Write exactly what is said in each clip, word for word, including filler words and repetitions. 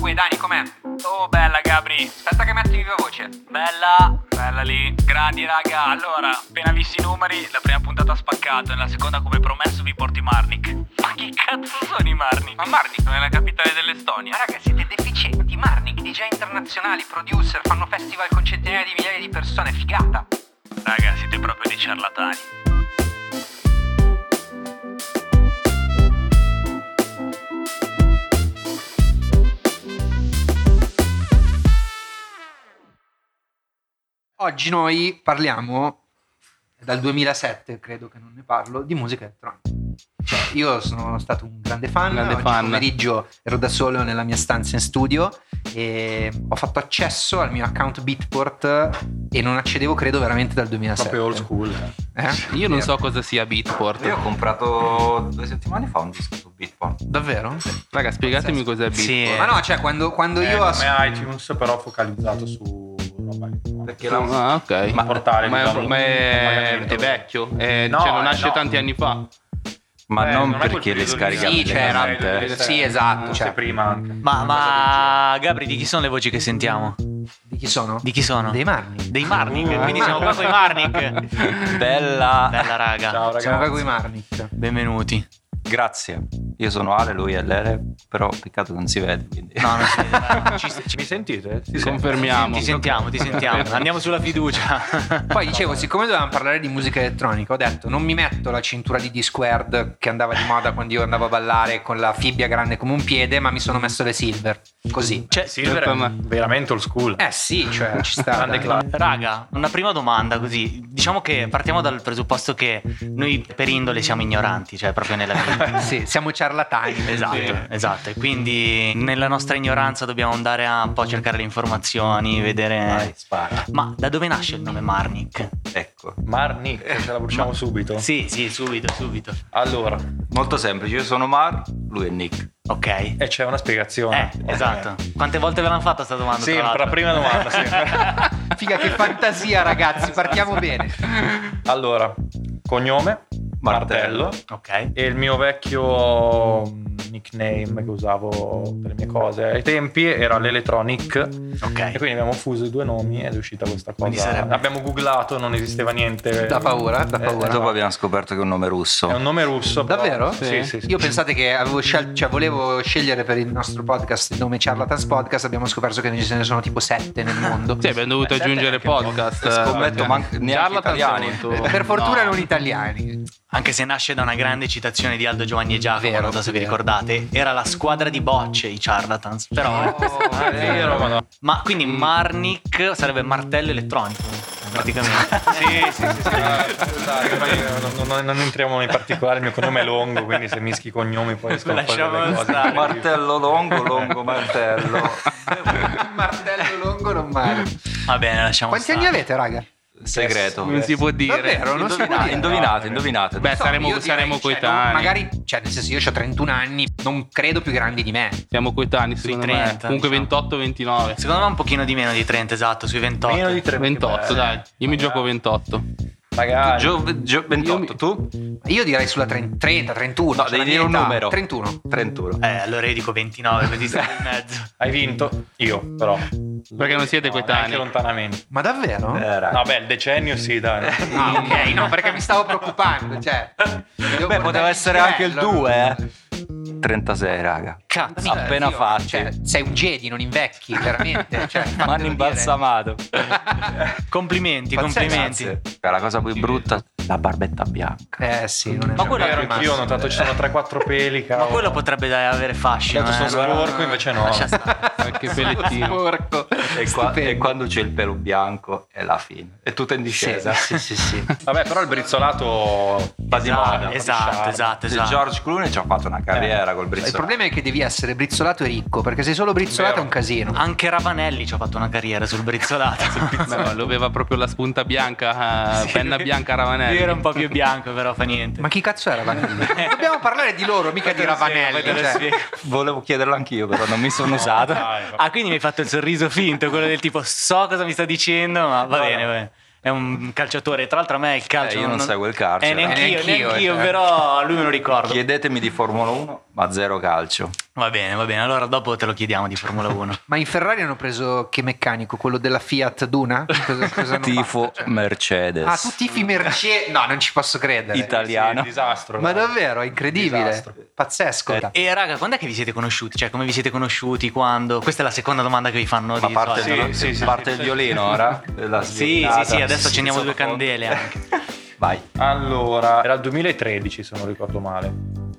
Uè Dani, com'è? Oh bella Gabri, aspetta che metti viva voce. Bella, bella lì. Grandi raga, allora, appena visti i numeri, la prima puntata ha spaccato, nella seconda come promesso vi porto i Marnik. Ma chi cazzo sono i Marnik? Ma Marnik non è la capitale dell'Estonia? Ma raga, siete deficienti. Marnik, D J internazionali, producer, fanno festival con centinaia di migliaia di persone, figata. Raga, siete proprio dei ciarlatani. Oggi noi parliamo, dal duemilasette credo che non ne parlo, di musica elettronica. Cioè, io sono stato un grande fan, grande oggi fan. pomeriggio ero da solo nella mia stanza in studio e ho fatto accesso al mio account Beatport e non accedevo credo veramente dal duemilasette. Proprio old school. Eh? Io non so cosa sia Beatport. Io ho comprato due settimane fa un disco su Beatport. Davvero? Raga, spiegatemi cos'è Beatport. Sì. Ma no, cioè quando, quando È io come ass- iTunes, però focalizzato su roba elettronica. Perché la Ah, ok. Ma portale ma, di è, download, ma è- pagamento. è vecchio, è- No, cioè non eh, nasce no. tanti anni fa. Ma Eh, non non è quel perché le periodo lì. scarica Sì, c'era. immediatamente. Sì, esatto, Forse cioè. prima anche. Ma, ma Gabri, di chi sono le voci che sentiamo? Di chi sono? Di chi sono? Dei Marnik. Dei Marnik, Uh, quindi siamo qua con i Marnik. Bella. Bella raga. Ciao ragazzi. Siamo qua con i Marnik. Benvenuti. Grazie. Io sono Ale, lui è Lele, però peccato che non si vede, quindi. No, non si vede, raga. Ci- ci- Mi sentite? Sì, Confermiamo. Ti sentiamo, ti sentiamo. Andiamo sulla fiducia. Poi dicevo, siccome dovevamo parlare di musica elettronica, ho detto non mi metto la cintura di D-Squared che andava di moda quando io andavo a ballare con la fibbia grande come un piede, ma mi sono messo le Silver, così. Cioè, Silver Per è me. veramente old school. Eh sì, cioè ci sta. Grande dai. classe. raga, una prima domanda così. Diciamo che partiamo dal presupposto che noi per indole siamo ignoranti, cioè proprio nella vita. Sì, siamo ciarlatani. Esatto, Sì. esatto. E quindi nella nostra ignoranza dobbiamo andare a un po' cercare le informazioni, vedere. Vai, spara. Ma da dove nasce il nome Marnik? Ecco. Marnik, ce la bruciamo subito. Sì, sì, subito, subito. Allora, Molto semplice, io sono Mar, lui è Nick. Ok. e c'è una spiegazione. Eh, esatto. Quante volte ve l'hanno fatta sta domanda? tra Sempre, la l'altro? prima domanda, sì. Figa, che fantasia, ragazzi, partiamo bene. Allora, cognome, Martello. Ok. E il mio vecchio nickname che usavo per le mie cose ai tempi era l'Electronic. Ok. E quindi abbiamo fuso i due nomi ed è uscita questa Quindi cosa. sarebbe- Abbiamo googlato, non esisteva niente. Da paura, da Eh, E paura. dopo abbiamo scoperto che è un nome russo. È un nome russo. però- Davvero? Sì, sì, sì. Io pensate che avevo scel- cioè volevo scegliere per il nostro podcast il nome Charlatans Podcast, abbiamo scoperto che ce ne sono tipo sette nel mondo. Sì, abbiamo dovuto Eh, aggiungere anche un po'. podcast. Scommetto, eh, manco- neanche Charlatan italiani. molto- Per fortuna no. non italiani. Anche se nasce da una grande citazione di Aldo Giovanni e Giacomo, Vero, non so se vi vero. ricordate, era la squadra di bocce, i Charlatans. Però, Ah, è vero, ma no. ma quindi Marnik sarebbe martello elettronico, praticamente. Sì, sì, sì, sì. Ah, dai, ma io non, non- non entriamo nei particolari, il mio cognome è Longo, quindi se mischi i cognomi poi escono fuori Lasciamo delle cose. stare. Martello longo, longo martello. Martello lungo non male. Va bene, lasciamo Quanti stare. anni avete, raga? Segreto. Non si può dire. Davvero? Non si può Indovinate, dire. indovinate, indovinate. Beh, So, saremo, io direi, saremo cioè, coetanei. non- magari, cioè, nel senso, io ho trentuno anni, non credo più grandi di me. Siamo coetanei, Sui secondo trenta, me. Comunque diciamo. ventotto ventinove. Secondo me un pochino di meno di trenta, esatto, sui ventotto. Meno di tre. ventotto, dai. Io mi gioco ventotto. Magari. Gio- gio- ventotto, tu? Io direi sulla trenta, trenta trentuno. No, cioè devi la dire mia un età. numero. trentuno. trentuno. Eh, allora io dico ventinove, così stai in mezzo. Hai vinto? Io, però. Perché non siete No, coetanei. neanche lontanamente. Ma davvero? Eh, raga. No, beh, il decennio sì, dai. Ah, ok, no, perché mi stavo preoccupando. Cioè, devo Beh, poteva portarmi essere il anche il livello. due, eh. trentasei, raga. Cazzo. Appena Io- faccio. Cioè, sei un Jedi, non invecchi, veramente. Cioè, M'hanno fatelo imbalsamato. Complimenti, Pazzesco. complimenti. Grazie. La cosa più brutta, la barbetta bianca. dire. Eh sì, non è Ma quello Vero, rimasto. anch'io ho notato ci sono tre quattro peli, Ma cavolo. quello potrebbe dai avere fascino. Tanto eh, sono non- sporco, invece no. Lascia stare. Qualche pellettino. Sporco. E, qua- e quando c'è il pelo bianco è la fine. È tutta in discesa. Sì, sì, sì, sì. Vabbè, però il brizzolato va di moda. va di Esatto, charme. esatto, Se esatto. George Clooney ci ha fatto una carriera col Il brizzolato. problema è che devi essere brizzolato e ricco, perché sei solo brizzolato Vero. è un casino. Anche Ravanelli ci ha fatto una carriera sul brizzolato. Beh, no, lo aveva proprio la spunta bianca, eh, Sì, penna lui- bianca Ravanelli. Lui era un po' più bianco, però fa niente. Ma chi cazzo è Ravanelli? Dobbiamo parlare di loro, mica di Ravanelli. Poi te lo cioè. spiego. Volevo chiederlo anch'io, però non mi sono usato. Dai, Ah, quindi mi hai fatto il sorriso finto, quello del tipo so cosa mi sta dicendo, ma va No, bene, no. va bene. È un calciatore, tra l'altro a me il calcio Eh, io non seguo il calcio, Eh, eh. neanch'io, Neanch'io, neanch'io, cioè. però lui me lo ricordo. Chiedetemi di Formula uno, ma zero calcio. Va bene, va bene, allora dopo te lo chiediamo di Formula uno. Ma in Ferrari hanno preso che meccanico? Quello della Fiat Duna? Cosa, cosa hanno Tifo fatto? Cioè- Mercedes. Ah, tu tifi Mercedes? No, non ci posso credere. Italiano. Sì, è un disastro. Ma dai. davvero, è incredibile. Disastro. Pazzesco. E raga, quando è che vi siete conosciuti? Cioè, come vi siete conosciuti? Quando? Questa è la seconda domanda che vi fanno Ma di parte, solito, il, no? sì, sì, parte sì, il sì. violino ora? La Sì, sì, sviolinata. sì, adesso accendiamo Sì, due sottofondo. candele anche. Vai. Allora, era il duemilatredici se non ricordo male.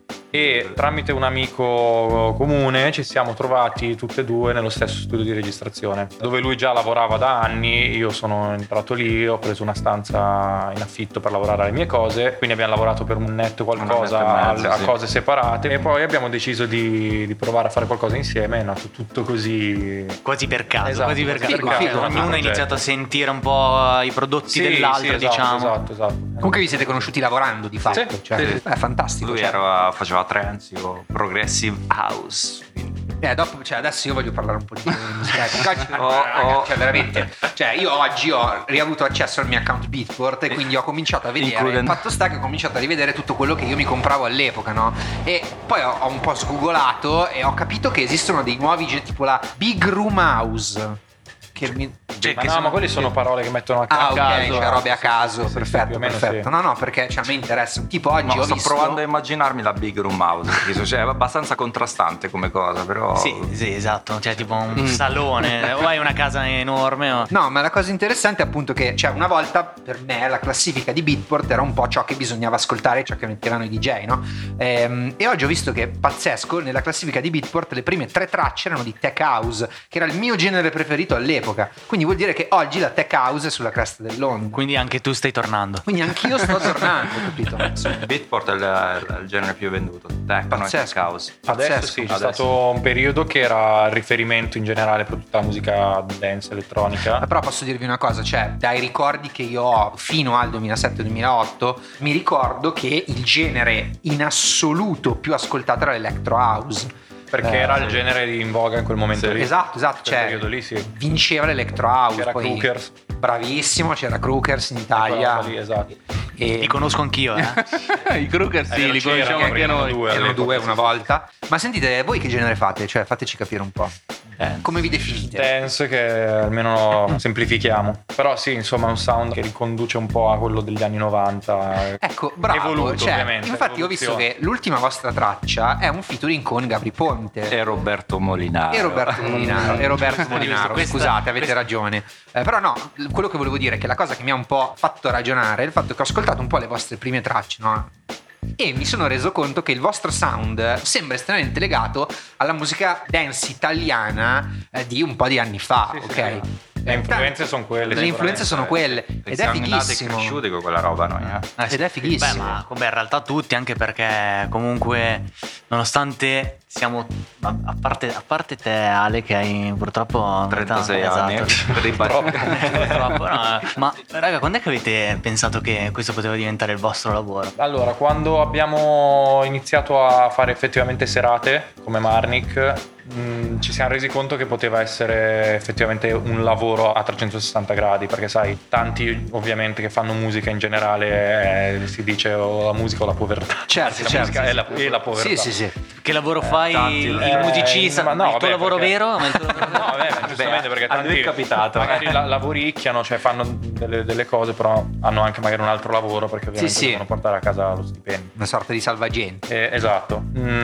E tramite un amico comune ci siamo trovati tutte e due nello stesso studio di registrazione, dove lui già lavorava da anni. Io sono entrato lì, ho preso una stanza in affitto per lavorare alle mie cose, quindi abbiamo lavorato per un netto qualcosa Un annetto e mezzo, a, a sì. cose separate, e poi abbiamo deciso di, di provare a fare qualcosa insieme. È nato tutto così. Quasi per caso, Esatto, quasi per quasi caso. per caso, Ognuno progetto. ha iniziato a sentire un po' i prodotti Sì, dell'altro, sì, esatto, diciamo. esatto, esatto. Comunque vi siete conosciuti lavorando di fatto. Sì, cioè, sì. È fantastico. Lui cioè. era, faceva trance, io progressive house. quindi- Eh, dopo, cioè, adesso io voglio parlare un po' di musica. Ecco, oggi- Oh, oh. Cioè, veramente. Cioè, io oggi ho riavuto accesso al mio account Beatport e quindi ho cominciato a vedere. Includendo- Il fatto sta che ho cominciato a rivedere tutto quello che io mi compravo all'epoca, no? E poi ho, ho un po' sgoogolato e ho capito che esistono dei nuovi generi, tipo la Big Room House. Che mi... Cioè, Ma che no, sono- ma quelle sono parole che mettono a Ah, caso. ok, cioè robe a caso, Sì, sì, perfetto, più o meno perfetto. sì. No, no, perché cioè, a me interessa. Tipo oggi No, ho sto visto... provando a immaginarmi la big room house, perché, cioè, è abbastanza contrastante come cosa, però Sì, sì, esatto, cioè tipo un Mm. salone, o hai una casa enorme o... No, ma la cosa interessante è appunto che, cioè, una volta per me la classifica di Beatport era un po' ciò che bisognava ascoltare, ciò che mettevano i D J, no? Ehm, e oggi ho visto che, pazzesco, nella classifica di Beatport le prime tre tracce erano di Tech House, che era il mio genere preferito all'epoca. Quindi vuol dire che oggi la Tech House è sulla cresta dell'onda. Quindi anche tu stai tornando. Quindi anch'io sto tornando, capito? Beatport è il, è il genere più venduto, techno e Pazzesco. tech house. Adesso Pazzesco. sì, c'è Adesso. stato un periodo che era il riferimento in generale per tutta la musica dance elettronica. Ma però posso dirvi una cosa, cioè dai ricordi che io ho fino al duemilasette duemilaotto mi ricordo che il genere in assoluto più ascoltato era l'electro house. Perché Eh, era sì. il genere in voga in quel momento Sì. lì. Esatto, esatto, Quel cioè periodo lì, sì. vinceva l'electro house. C'era poi, Crookers. Bravissimo, c'era Crookers in Quella Italia. roba lì, esatto. E Li conosco anch'io, eh. I Kruger sì, Eh, li c'erano, conosciamo anche erano noi. due. erano all'epoca, due sì, una sì. volta. Ma sentite, voi che genere fate? Cioè, fateci capire un po'. Dance. Come vi definite? Dance, che almeno semplifichiamo. Però sì, insomma è un sound che riconduce un po' a quello degli anni novanta. Ecco, bravo. Evoluto, cioè, ovviamente, infatti ho visto evoluzione. che l'ultima vostra traccia è un featuring con Gabri Ponte. E Roberto Molinaro. E Roberto Molinaro, e Roberto Molinaro, Questa- scusate, avete questa- ragione. Eh, però no, quello che volevo dire è che la cosa che mi ha un po' fatto ragionare è il fatto che ho ascoltato un po' le vostre prime tracce, no? E mi sono reso conto che il vostro sound sembra estremamente legato alla musica dance italiana eh, di un po' di anni fa, Sì, sì, ok? sì. Le influenze sono quelle. Le influenze sono quelle ed è Siamo nati e fighissimo. cresciuti con quella roba noi, eh. Eh sì. Ed è fighissimo. Beh, ma beh, in realtà tutti, anche perché comunque, nonostante siamo, a a parte, a parte te Ale che hai purtroppo trentasei metà- anni. esatto. Ribadito. Purtroppo, no. Ma raga, quando è che avete pensato che questo poteva diventare il vostro lavoro? Allora, quando abbiamo iniziato a fare effettivamente serate come Marnik, mh, ci siamo resi conto che poteva essere effettivamente un lavoro a trecentosessanta gradi, perché sai, tanti ovviamente che fanno musica in generale eh, si dice o la musica o la povertà. Certo, la certo, musica sì, è la, sì. e la povertà. Sì, sì, sì. Che lavoro fai tanti- il eh, musicista? ma no, il tuo vabbè, lavoro perché- vero? Ma il tuo lavoro vero? No, vabbè, giustamente perché a lui tanti è capitato. magari la, lavoricchiano, cioè fanno delle, delle cose, però hanno anche magari un altro lavoro perché ovviamente Sì, sì. devono portare a casa lo stipendio. Una sorta di salvagente. Eh, esatto.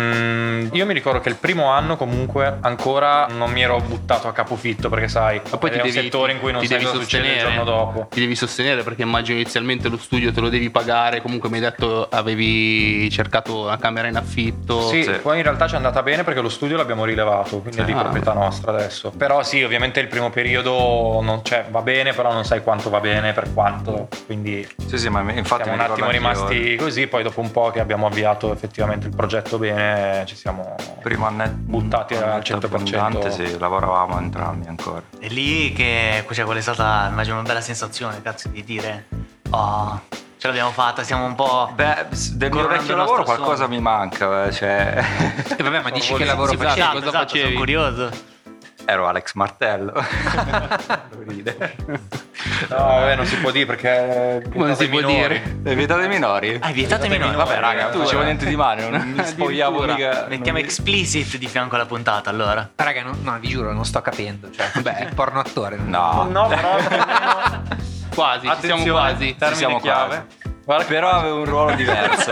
Mm, io mi ricordo che il primo anno comunque ancora non mi ero buttato a capofitto, perché sai, Ma poi è ti un devi, settore in cui non ti sai devi cosa succede il sostenere. giorno dopo. Ti devi sostenere perché immagino inizialmente lo studio te lo devi pagare. Comunque mi hai detto avevi cercato una camera in affitto. Sì, Sì. poi in realtà ci è andata bene perché lo studio l'abbiamo rilevato, quindi è di Ah. proprietà nostra adesso. Però sì, ovviamente il primo periodo non, cioè, va bene, però non sai quanto va bene, per quanto, quindi Sì, sì, ma infatti siamo mi un attimo ricordo anch'io, rimasti così, poi dopo un po' che abbiamo avviato effettivamente il progetto bene, ci siamo primo anno buttati al cento per cento. Sì, lavoravamo entrambi ancora. E lì che cioè, qual è stata, immagino, una bella sensazione, cazzo, di dire oh, ce l'abbiamo fatta, siamo un po'... Beh, s- del mio Coronando vecchio il lavoro nostro qualcosa sogno. mi manca, eh, cioè E vabbè, ma dici che lavoro Sì, facevi? esatto. Esatto, cosa esatto, facevi? sono curioso. ero Alex Martello. Ride. No, vabbè, non si può dire perché Come non si può dire? È vietato ai minori? Ah, vietate minori. Vabbè, raga, Non facevo niente di male, non mi spogliavo Addirittura. mica. Mettiamo non- explicit di fianco alla puntata allora. Raga, no, no, vi giuro, non sto capendo. Cioè, beh, il porno attore. No, No, però Quasi, ci siamo quasi. termine siamo chiave. Guarda che però avevo un ruolo diverso.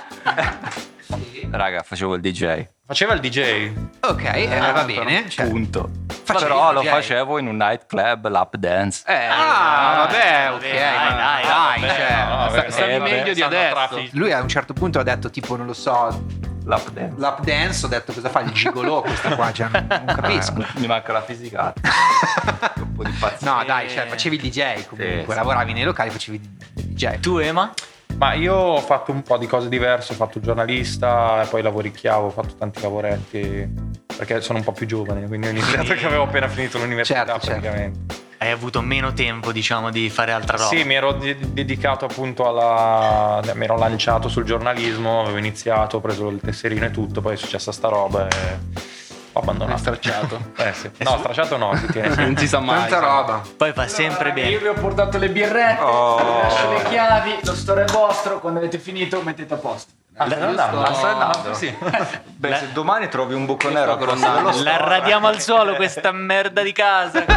eh. Raga, facevo il D J. faceva il D J. Ok, eh, Ah, va bene. Cioè, Punto. Facevi Però il lo D J? facevo in un nightclub lap dance. eh, ah, vabbè, ok. dai, ma dai, dai, vabbè, cioè, no, vabbè, Sta- stavi eh, meglio beh, di sanno adesso. traffici. Lui a un certo punto ha detto tipo, non lo so, Lap dance. lap dance, ho detto cosa fa il gigolò questo qua, cioè, non, non capisco. Mi manca la fisicata. Un po' di pazzia. No, dai, cioè, facevi il D J comunque, Sì, sì. lavoravi nei locali, facevi il D J. Tu, Ema? Ma io ho fatto un po' di cose diverse, ho fatto giornalista e poi lavoricchiavo, ho fatto tanti lavoretti perché sono un po' più giovane, quindi ho iniziato che avevo appena finito l'università Certo, certo. praticamente. Hai avuto meno tempo, diciamo, di fare altra roba. Sì, mi ero de- dedicato appunto alla... mi ero lanciato sul giornalismo, avevo iniziato, ho preso il tesserino e tutto, poi è successa sta roba e ho Hai abbandonato. stracciato. Eh sì. No, stracciato no, si tiene. Non si sa mai. Tanta roba. Poi fa sempre bene. vi ho portato le birrette, Oh. vi lascio le chiavi, lo store è vostro, quando avete finito mettete a posto. Ah, stai andando? Ah, stai andando? Sì. Beh, se domani trovi un buco nero a corso dello La store- radiamo al suolo questa merda di casa.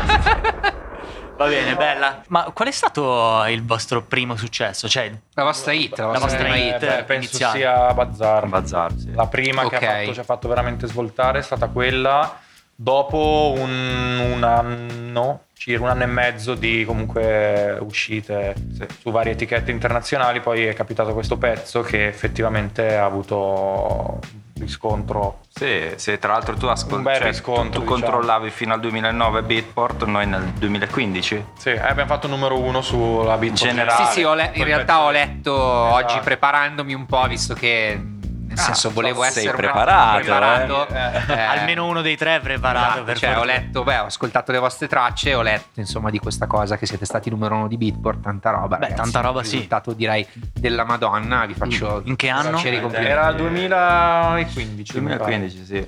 Va bene, bella. Ma qual è stato il vostro primo successo? Cioè, La vostra hit, la La vostra vostra prima hit. hit. Beh, penso iniziale. sia Bazzar. Bazzar, sì. La prima Ok. che ha fatto, ci ha fatto veramente svoltare è stata quella dopo un, un anno, circa un anno e mezzo di comunque uscite su varie etichette internazionali, poi è capitato questo pezzo che effettivamente ha avuto riscontro. Sì, sì, tra l'altro tu ascolti, Un bel cioè, riscontro, tu, tu diciamo. controllavi fino al duemilanove Beatport, noi nel duemilaquindici. Sì, eh, abbiamo fatto numero uno sulla beat Generale. Sì, sì, ho le- in Quel realtà pezzo ho lì. letto Esatto. oggi preparandomi un po', visto che nel senso volevo sei essere un preparato, attimo preparato. eh. Eh, almeno uno dei tre è preparato. esatto, per cioè, ho fortuna. letto, beh, ho ascoltato le vostre tracce, ho letto insomma di questa cosa che siete stati numero uno di Beatport, tanta roba. Beh, ragazzi, tanta roba, un sì. risultato direi della Madonna, vi faccio In che anno? sinceri complimenti. Era il duemilaquindici. mi pare. duemilaquindici, sì.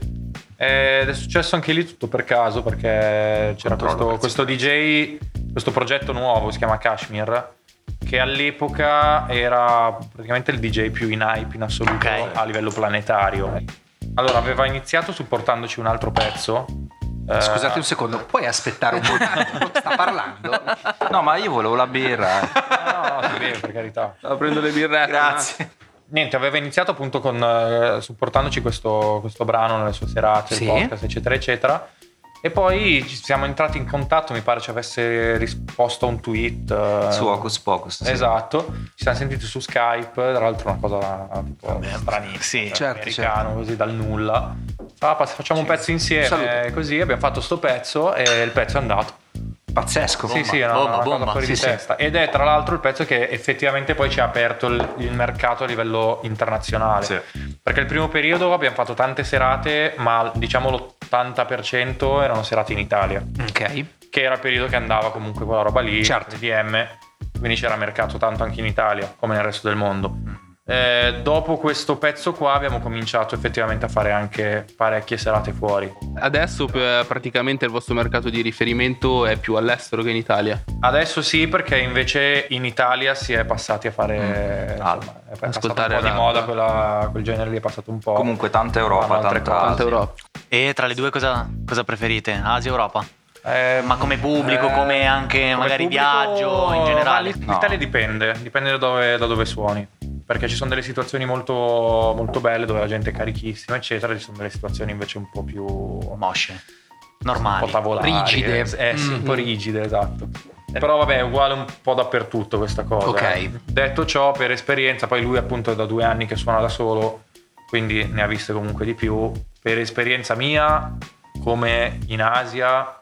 Ed è successo anche lì tutto per caso perché c'era Controllo questo, questo pezzo. D J, questo progetto nuovo, si chiama Kashmir, che all'epoca era praticamente il D J più in hype in assoluto Ok. a livello planetario. Allora aveva iniziato supportandoci un altro pezzo. eh, Scusate un secondo, puoi aspettare un po'? Sta parlando? No, ma io volevo la birra. eh. No, no, si vede, per carità. Stavo prendendo le birrette. Grazie. Niente, aveva iniziato appunto con eh, supportandoci questo, questo brano nelle sue serate, Sì. il podcast, eccetera, eccetera. E poi ci siamo entrati in contatto, mi pare ci avesse risposto a un tweet. eh, Su Hocus Pocus. sì. Esatto, ci siamo sentiti su Skype, tra l'altro una cosa tipo stranissima, sì, cioè, certo, americano, così dal nulla. Ah, pass- facciamo un pezzo insieme, Salute. così abbiamo fatto sto pezzo e il pezzo è andato. Pazzesco. Sì, sì, è una, bomba, una cosa bomba. fuori Sì, di sì. testa. Ed è tra l'altro il pezzo che effettivamente poi ci ha aperto il, il mercato a livello internazionale. Sì. Perché il primo periodo abbiamo fatto tante serate, ma diciamo l'ottanta per cento erano serate in Italia, Ok. che era il periodo che andava comunque quella roba lì, Certo. E D M, quindi c'era mercato tanto anche in Italia, come nel resto del mondo. Eh, dopo questo pezzo qua abbiamo cominciato effettivamente a fare anche parecchie serate fuori. Adesso eh, praticamente il vostro mercato di riferimento è più all'estero che in Italia. Adesso sì, perché invece in Italia si è passati a fare insomma, è passato Ascoltare un po' di rap. moda quella, quel genere lì è passato un po'. Comunque tanta Europa, Fanno altre tanta cose. Tanta Asia. Europa. E tra le due cosa, cosa preferite? Asia o Europa? Eh, Ma come pubblico, eh, come anche come magari pubblico, viaggio in generale? ma l'I- No. L'Italia dipende, dipende da dove, da dove suoni. Perché ci sono delle situazioni molto, molto belle dove la gente è carichissima, eccetera. Ci sono delle situazioni invece un po' più Mosce. un Normali. po' tavolari, Rigide. eh, eh, sì, un po' Mm. rigide, esatto. Però vabbè, è uguale un po' dappertutto questa cosa. Ok. Detto ciò, per esperienza, poi lui appunto è da due anni che suona da solo, quindi ne ha viste comunque di più. Per esperienza mia, come in Asia,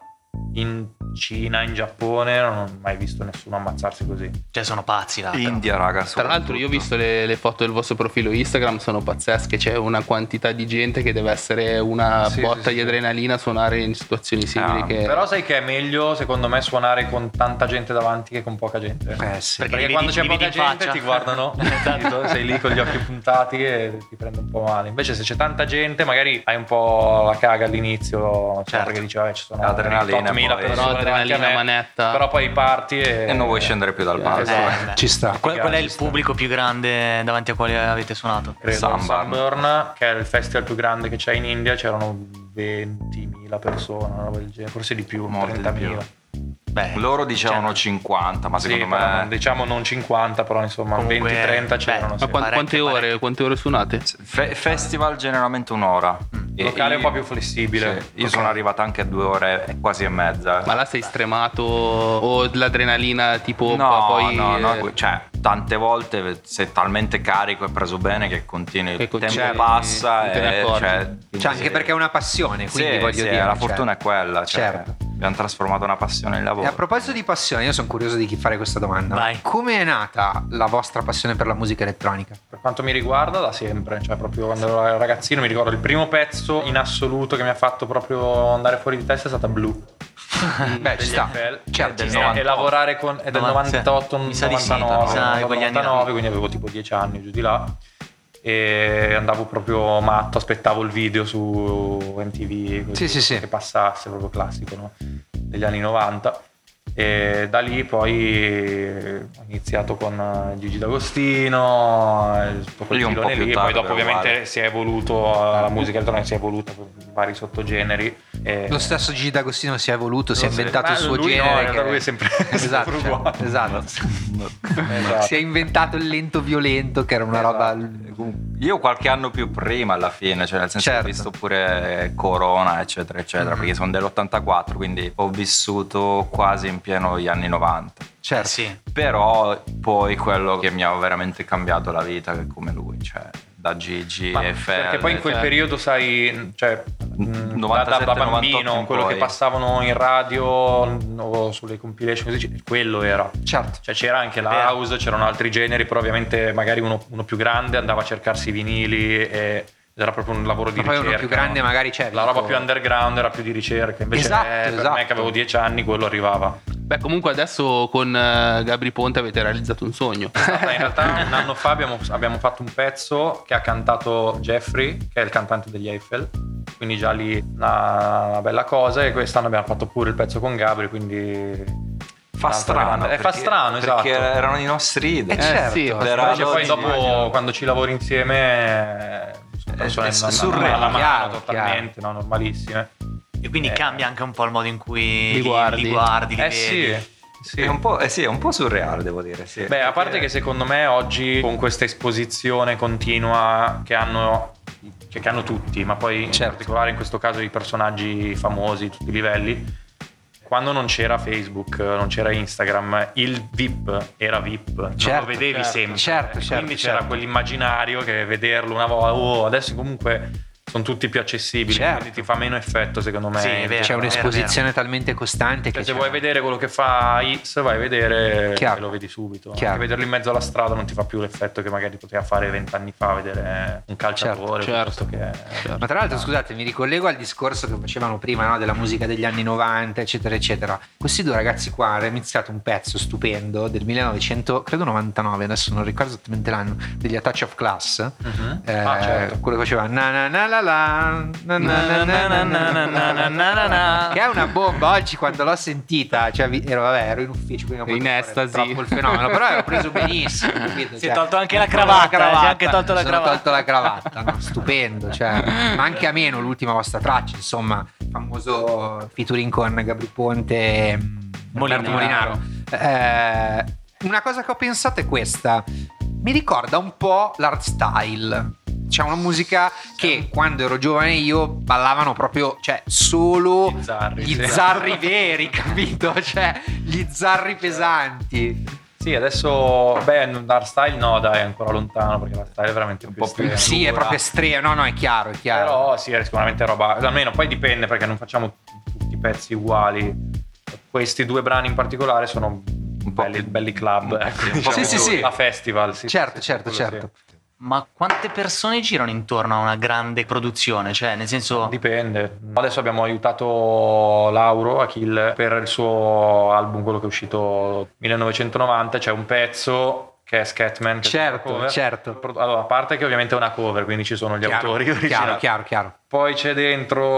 in Cina, in Giappone, non ho mai visto nessuno ammazzarsi così. Cioè sono pazzi là. però. India, raga. Tra l'altro io ho visto le, le foto del vostro profilo Instagram, sono pazzesche, c'è una quantità di gente che deve essere una Sì, botta sì, di sì. adrenalina a suonare in situazioni simili Ah, che... Però sai che è meglio, secondo me, suonare con tanta gente davanti che con poca gente. Eh sì. Perché Perché li quando vedi- c'è li poca vedi in gente faccia. ti guardano, capito? Sei lì con gli occhi puntati e ti prende un po' male. Invece se c'è tanta gente magari hai un po' la caga all'inizio, cioè Certo. perché dici vabbè ci sono Adrenalina, ottomila poi. persone. Però stare davanti a Adrenalina, me, manetta. però poi parti e, E non vuoi scendere più dal palco. esatto. Eh, beh. Ci sta. Qual, qual è il Ci sta. pubblico più grande davanti a quale avete suonato? Credo Sunburn. Sunburn, che è il festival più grande che c'è in India, c'erano ventimila persone, una roba del genere, forse di più, Molti di trentamila. Beh, Loro dicevano cioè, cinquanta, ma Sì, secondo ma me diciamo non cinquanta, però insomma Comunque, venti trenta beh, c'erano. Ma sì. quan- quante Parecchie, ore, parecchie. quante ore suonate? Fe- festival generalmente un'ora. Il E locale è un io- po' più flessibile. Sì, io sono arrivato anche a due ore e quasi e mezza. Ma là sei stremato o l'adrenalina tipo No, poi no, no, eh, cioè tante volte sei talmente carico e preso bene che continui, Che il tempo continui, passa non te ne e accorgi. cioè, Cioè, sì. anche perché è una passione, quindi Sì, voglio sì, dire. la cioè. fortuna è quella, cioè, Certo. abbiamo trasformato una passione in E lavoro. a proposito di passione, io sono curioso di chi fare questa domanda. Vai. Come è nata la vostra passione per la musica elettronica? Per quanto mi riguarda, da sempre, cioè proprio quando ero ragazzino mi ricordo il primo pezzo in assoluto che mi ha fatto proprio andare fuori di testa è stata Blue. Beh, ci degli sta. F L. Certo, E- ci sta. e lavorare con è del novanta novantotto mi sa di sì, novantanove, mi sa di quegli anni là. novantanove, quindi avevo tipo dieci anni giù di là e andavo proprio matto, aspettavo il video su M T V così, Sì, sì, sì. che passasse, proprio classico, no? Degli anni novanta. E da lì poi ho iniziato con Gigi D'Agostino, il Lì un po' filone più lì, tardi, poi dopo però ovviamente uguale. si è evoluto, la musica elettronica si è evoluta con vari sottogeneri. E Lo stesso Gigi D'Agostino si è evoluto, si è non so- inventato ma il suo lui no, genere. in realtà che- lui è sempre esatto, sempre cioè, uguale. esatto. Esatto. Si è inventato il lento violento, che era una roba. Io qualche anno più prima alla fine, cioè nel senso Certo. ho visto pure Corona eccetera eccetera, perché sono dell'ottantaquattro, quindi ho vissuto quasi in pieno gli anni novanta. Certo. Sì. Però poi quello che mi ha veramente cambiato la vita è come lui, cioè da Gigi Ma e F L. perché poi in quel cioè, periodo sai, cioè mh, novantasette, da, da novantotto bambino in quello poi. che passavano in radio o sulle compilation così, quello era. Certo. Cioè c'era anche la house, c'erano altri generi, però ovviamente magari uno, uno più grande andava a cercarsi i vinili e era proprio un lavoro di Ma poi ricerca. uno più grande no? magari c'è. La roba più underground era più di ricerca, invece Esatto, eh, per esatto. me che avevo dieci anni quello arrivava. Beh, comunque adesso con eh, Gabri Ponte avete realizzato un sogno. In realtà un anno fa abbiamo, abbiamo fatto un pezzo che ha cantato Jeffrey, che è il cantante degli Eiffel, quindi già lì una, una bella cosa, e quest'anno abbiamo fatto pure il pezzo con Gabri, quindi Fa un'altra strano, grande- eh, fa perché- strano, esatto. perché erano i nostri idoli. Eh, certo. sì, Però Invece poi oggi dopo immagino- quando ci lavori insieme eh, sono persone è non- surreale, alla mano chiaro, totalmente, no, normalissime. E quindi Eh. cambia anche un po' il modo in cui Li guardi. li, guardi, li Eh vedi. sì, sì. È un po', eh sì, è un po' surreale, devo dire. Sì. Beh, a parte che secondo me oggi con questa esposizione continua che hanno, che, che hanno tutti, ma poi in Certo. particolare in questo caso i personaggi famosi di tutti i livelli, quando non c'era Facebook, non c'era Instagram, il V I P era V I P, non Certo, lo vedevi certo, sempre. certo, certo, Quindi c'era certo. quell'immaginario che vederlo una volta, oh, adesso comunque sono tutti più accessibili, Certo. quindi ti fa meno effetto secondo me. Sì, è vero. C'è un'esposizione talmente costante Cioè, che se c'è- vuoi vedere quello che fa X, vai a vedere Chiaro. e lo vedi subito. Chiaro. Anche vederlo in mezzo alla strada non ti fa più l'effetto che magari poteva fare vent'anni fa vedere un calciatore. Certo, piuttosto che... Ma tra l'altro, scusate, mi ricollego al discorso che facevano prima, no, della musica degli anni novanta, eccetera, eccetera. Questi due ragazzi qua hanno iniziato un pezzo stupendo del millenovecento, credo novantanove, adesso non ricordo esattamente l'anno, degli A Touch of Class. Mhm. Eh, Ah, certo. Quello che faceva na na na la la, na na na na na na na na na na na, che è una bomba. Oggi quando l'ho sentita, cioè, vi- ero, vabbè, ero in ufficio, quindi non In potevo fare estasi. troppo il fenomeno, però ero preso benissimo, capito? Si è Cioè, tolto anche la la cravatta, si è anche tolto la mi sono cravatta. tolto la cravatta, no? Stupendo, cioè, ma anche a meno l'ultima vostra traccia, insomma, famoso featuring con Gabri Ponte e mm, Alberto Molinaro. Molinaro. Eh, una cosa che ho pensato è questa: mi ricorda un po' l'art style. C'è una musica che quando ero giovane io ballavano proprio, cioè, solo Gli zarri, gli sì. zarri veri, capito? Cioè, gli zarri pesanti. Sì, adesso, beh, l'hardstyle no, dai, è ancora lontano perché l'hardstyle è veramente un po' più più- Sì, è dura. proprio estremo. No, no, è chiaro, è chiaro. Però sì, è sicuramente roba, almeno poi dipende perché non facciamo tutti i pezzi uguali. Questi due brani in particolare sono Un po' belli, più- belli club, ecco, diciamo, Sì, sì, sì. a festival. Sì, certo, sì, certo, quello certo. sì. Ma quante persone girano intorno a una grande produzione? Cioè, nel senso, Dipende. Adesso abbiamo aiutato Lauro Achille per il suo album, quello che è uscito millenovecentonovanta. C'è un pezzo che è Scatman. che è Certo, una cover. certo. Allora, a parte che ovviamente è una cover, quindi ci sono gli Chiaro, autori originali. chiaro, chiaro, chiaro. Poi c'è dentro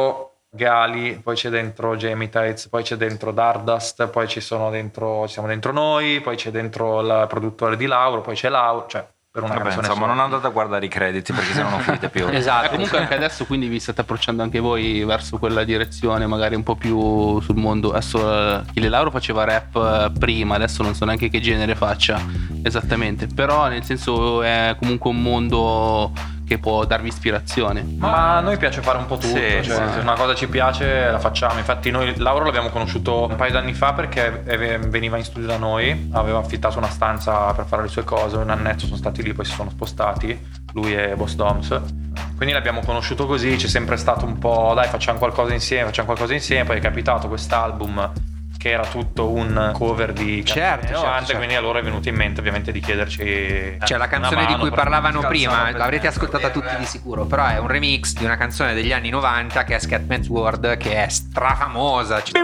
Gali, poi c'è dentro Gemitides, poi c'è dentro Dardust, poi ci sono dentro, ci siamo dentro noi, poi c'è dentro il produttore di Lauro, poi c'è Lauro, cioè per una Vabbè, canzone insomma, sola. non andate a guardare i crediti perché se no non finite più. Esatto. Eh, comunque anche adesso quindi vi state approcciando anche voi verso quella direzione, magari un po' più sul mondo. Adesso eh, Achille Lauro faceva rap eh, prima, adesso non so neanche che genere faccia esattamente, però nel senso è comunque un mondo che può darvi ispirazione. Ma a noi piace fare un po' tutto, Sì, cioè, sì. se una cosa ci piace la facciamo. Infatti noi Lauro l'abbiamo conosciuto un paio d'anni fa perché eh, veniva in studio da noi, aveva affittato una stanza per fare le sue cose, un annetto sono stati lì, poi si sono spostati, lui e Boss Doms. Quindi l'abbiamo conosciuto così, c'è sempre stato un po' dai facciamo qualcosa insieme, facciamo qualcosa insieme, poi è capitato quest'album che era tutto un cover di Certo, canzoni certo, novanta, certo. quindi allora è venuto in mente ovviamente di chiederci Cioè la una canzone di mano cui per- parlavano prima, calzare l'avrete per ascoltata tutti di sicuro, però è un remix di una canzone degli anni novanta che è Scatman's World, che è strafamosa. Ci- I'm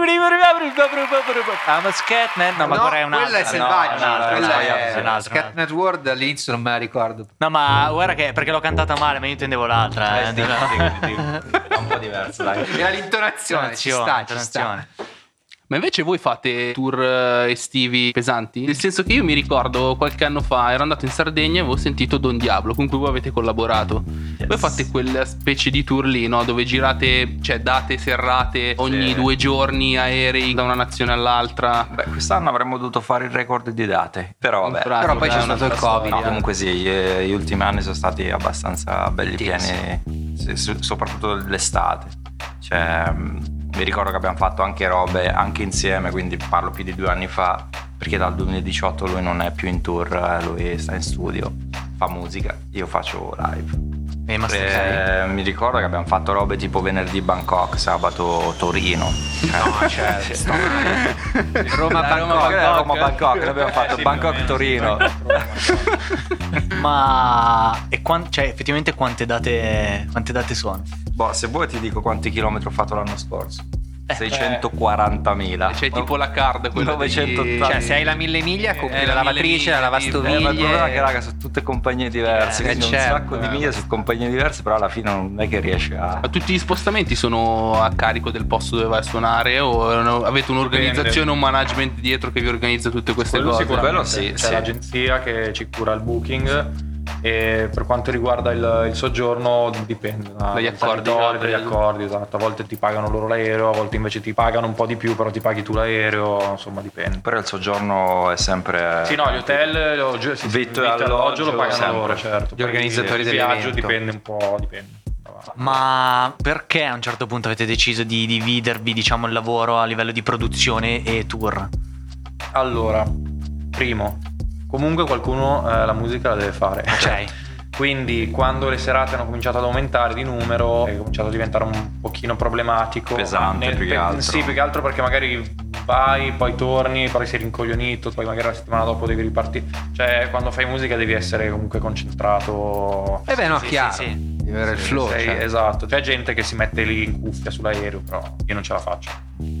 a Scatman. No, ma no, quella è quella un'altra. è Selvaggio, No, un'altra, quella un'altra, è un'altra. Scatman's World, all'inizio non me la ricordo. No, ma guarda che perché l'ho cantata male, ma io intendevo l'altra. Eh, eh. sì, sì, sì, sì. È un po' diverso, dai. Era l'intonazione, ci sta, ci sta. Intonazione. Ma invece voi fate tour eh, estivi pesanti? Nel senso che io mi ricordo qualche anno fa ero andato in Sardegna e avevo sentito Don Diablo con cui voi avete collaborato. Yes. Voi fate quella specie di tour lì, no? Dove girate, cioè date serrate ogni Sì. due giorni, aerei da una nazione all'altra. Beh, quest'anno avremmo dovuto fare il record di date, però vabbè. Pratica, Però poi c'è è stato il un'altra Covid, storia. No, comunque sì, gli, gli ultimi anni sono stati abbastanza belli, Intensi. pieni, sì, su- soprattutto l'estate. Cioè, mh, mi ricordo che abbiamo fatto anche robe anche insieme, quindi parlo più di due anni fa, perché dal duemiladiciotto lui non è più in tour, eh, lui sta in studio, fa musica, io faccio live. E ma stai- Eh, mi ricordo che abbiamo fatto robe tipo venerdì Bangkok, sabato Torino. No, cioè, sto male. Roma Da Roma Bangkok. Eh, Roma Bangkok, noi abbiamo fatto Eh, sì, Bangkok più o Torino. Mm. Ma e quan- cioè, effettivamente quante date quante date sono? Boh, se vuoi ti dico quanti chilometri ho fatto l'anno scorso. Eh, seicentoquarantamila. C'è tipo la card, quella novecentottanta. Cioè, se hai la mille miglia, compri Eh, la la lavatrice, la mille lavastoviglie. Eh, ma il problema è che raga sono tutte compagnie diverse, Eh, quindi certo. un sacco di miglia su compagnie diverse, però alla fine non è che riesce a... Ma tutti gli spostamenti sono a carico del posto dove vai a suonare o no- avete un'organizzazione, un management dietro che vi organizza tutte queste Quello cose? sicuramente. Quello sì, C'è sì. l'agenzia che ci cura il booking e per quanto riguarda il, il soggiorno dipende da- Dagli dal accordi, territorio, dagli dagli- accordi, esatto. A volte ti pagano loro l'aereo, a volte invece ti pagano un po' di più, però ti paghi tu l'aereo, insomma dipende. Però il soggiorno è sempre... Sì, no, gli hotel, lo, sì, sì, Vitto vitto e e alloggio alloggio lo pagano sempre. loro, certo. Gli organizzatori Poi il viaggio dell'evento. dipende un po', dipende. Ma perché a un certo punto avete deciso di dividervi, diciamo, il lavoro a livello di produzione e tour? Allora, primo, comunque qualcuno eh, la musica la deve fare. Ok. Quindi quando le serate hanno cominciato ad aumentare di numero è cominciato a diventare un pochino problematico. Pesante, più che altro. Sì, più che altro perché magari vai, poi torni, poi sei rincoglionito, poi magari la settimana dopo devi ripartire. Cioè quando fai musica devi essere comunque concentrato. Eh beh, no, Sì, chiaro. sì, sì. Devi avere il flow. Sei- cioè. Esatto, c'è gente che si mette lì in cuffia sull'aereo, però io non ce la faccio.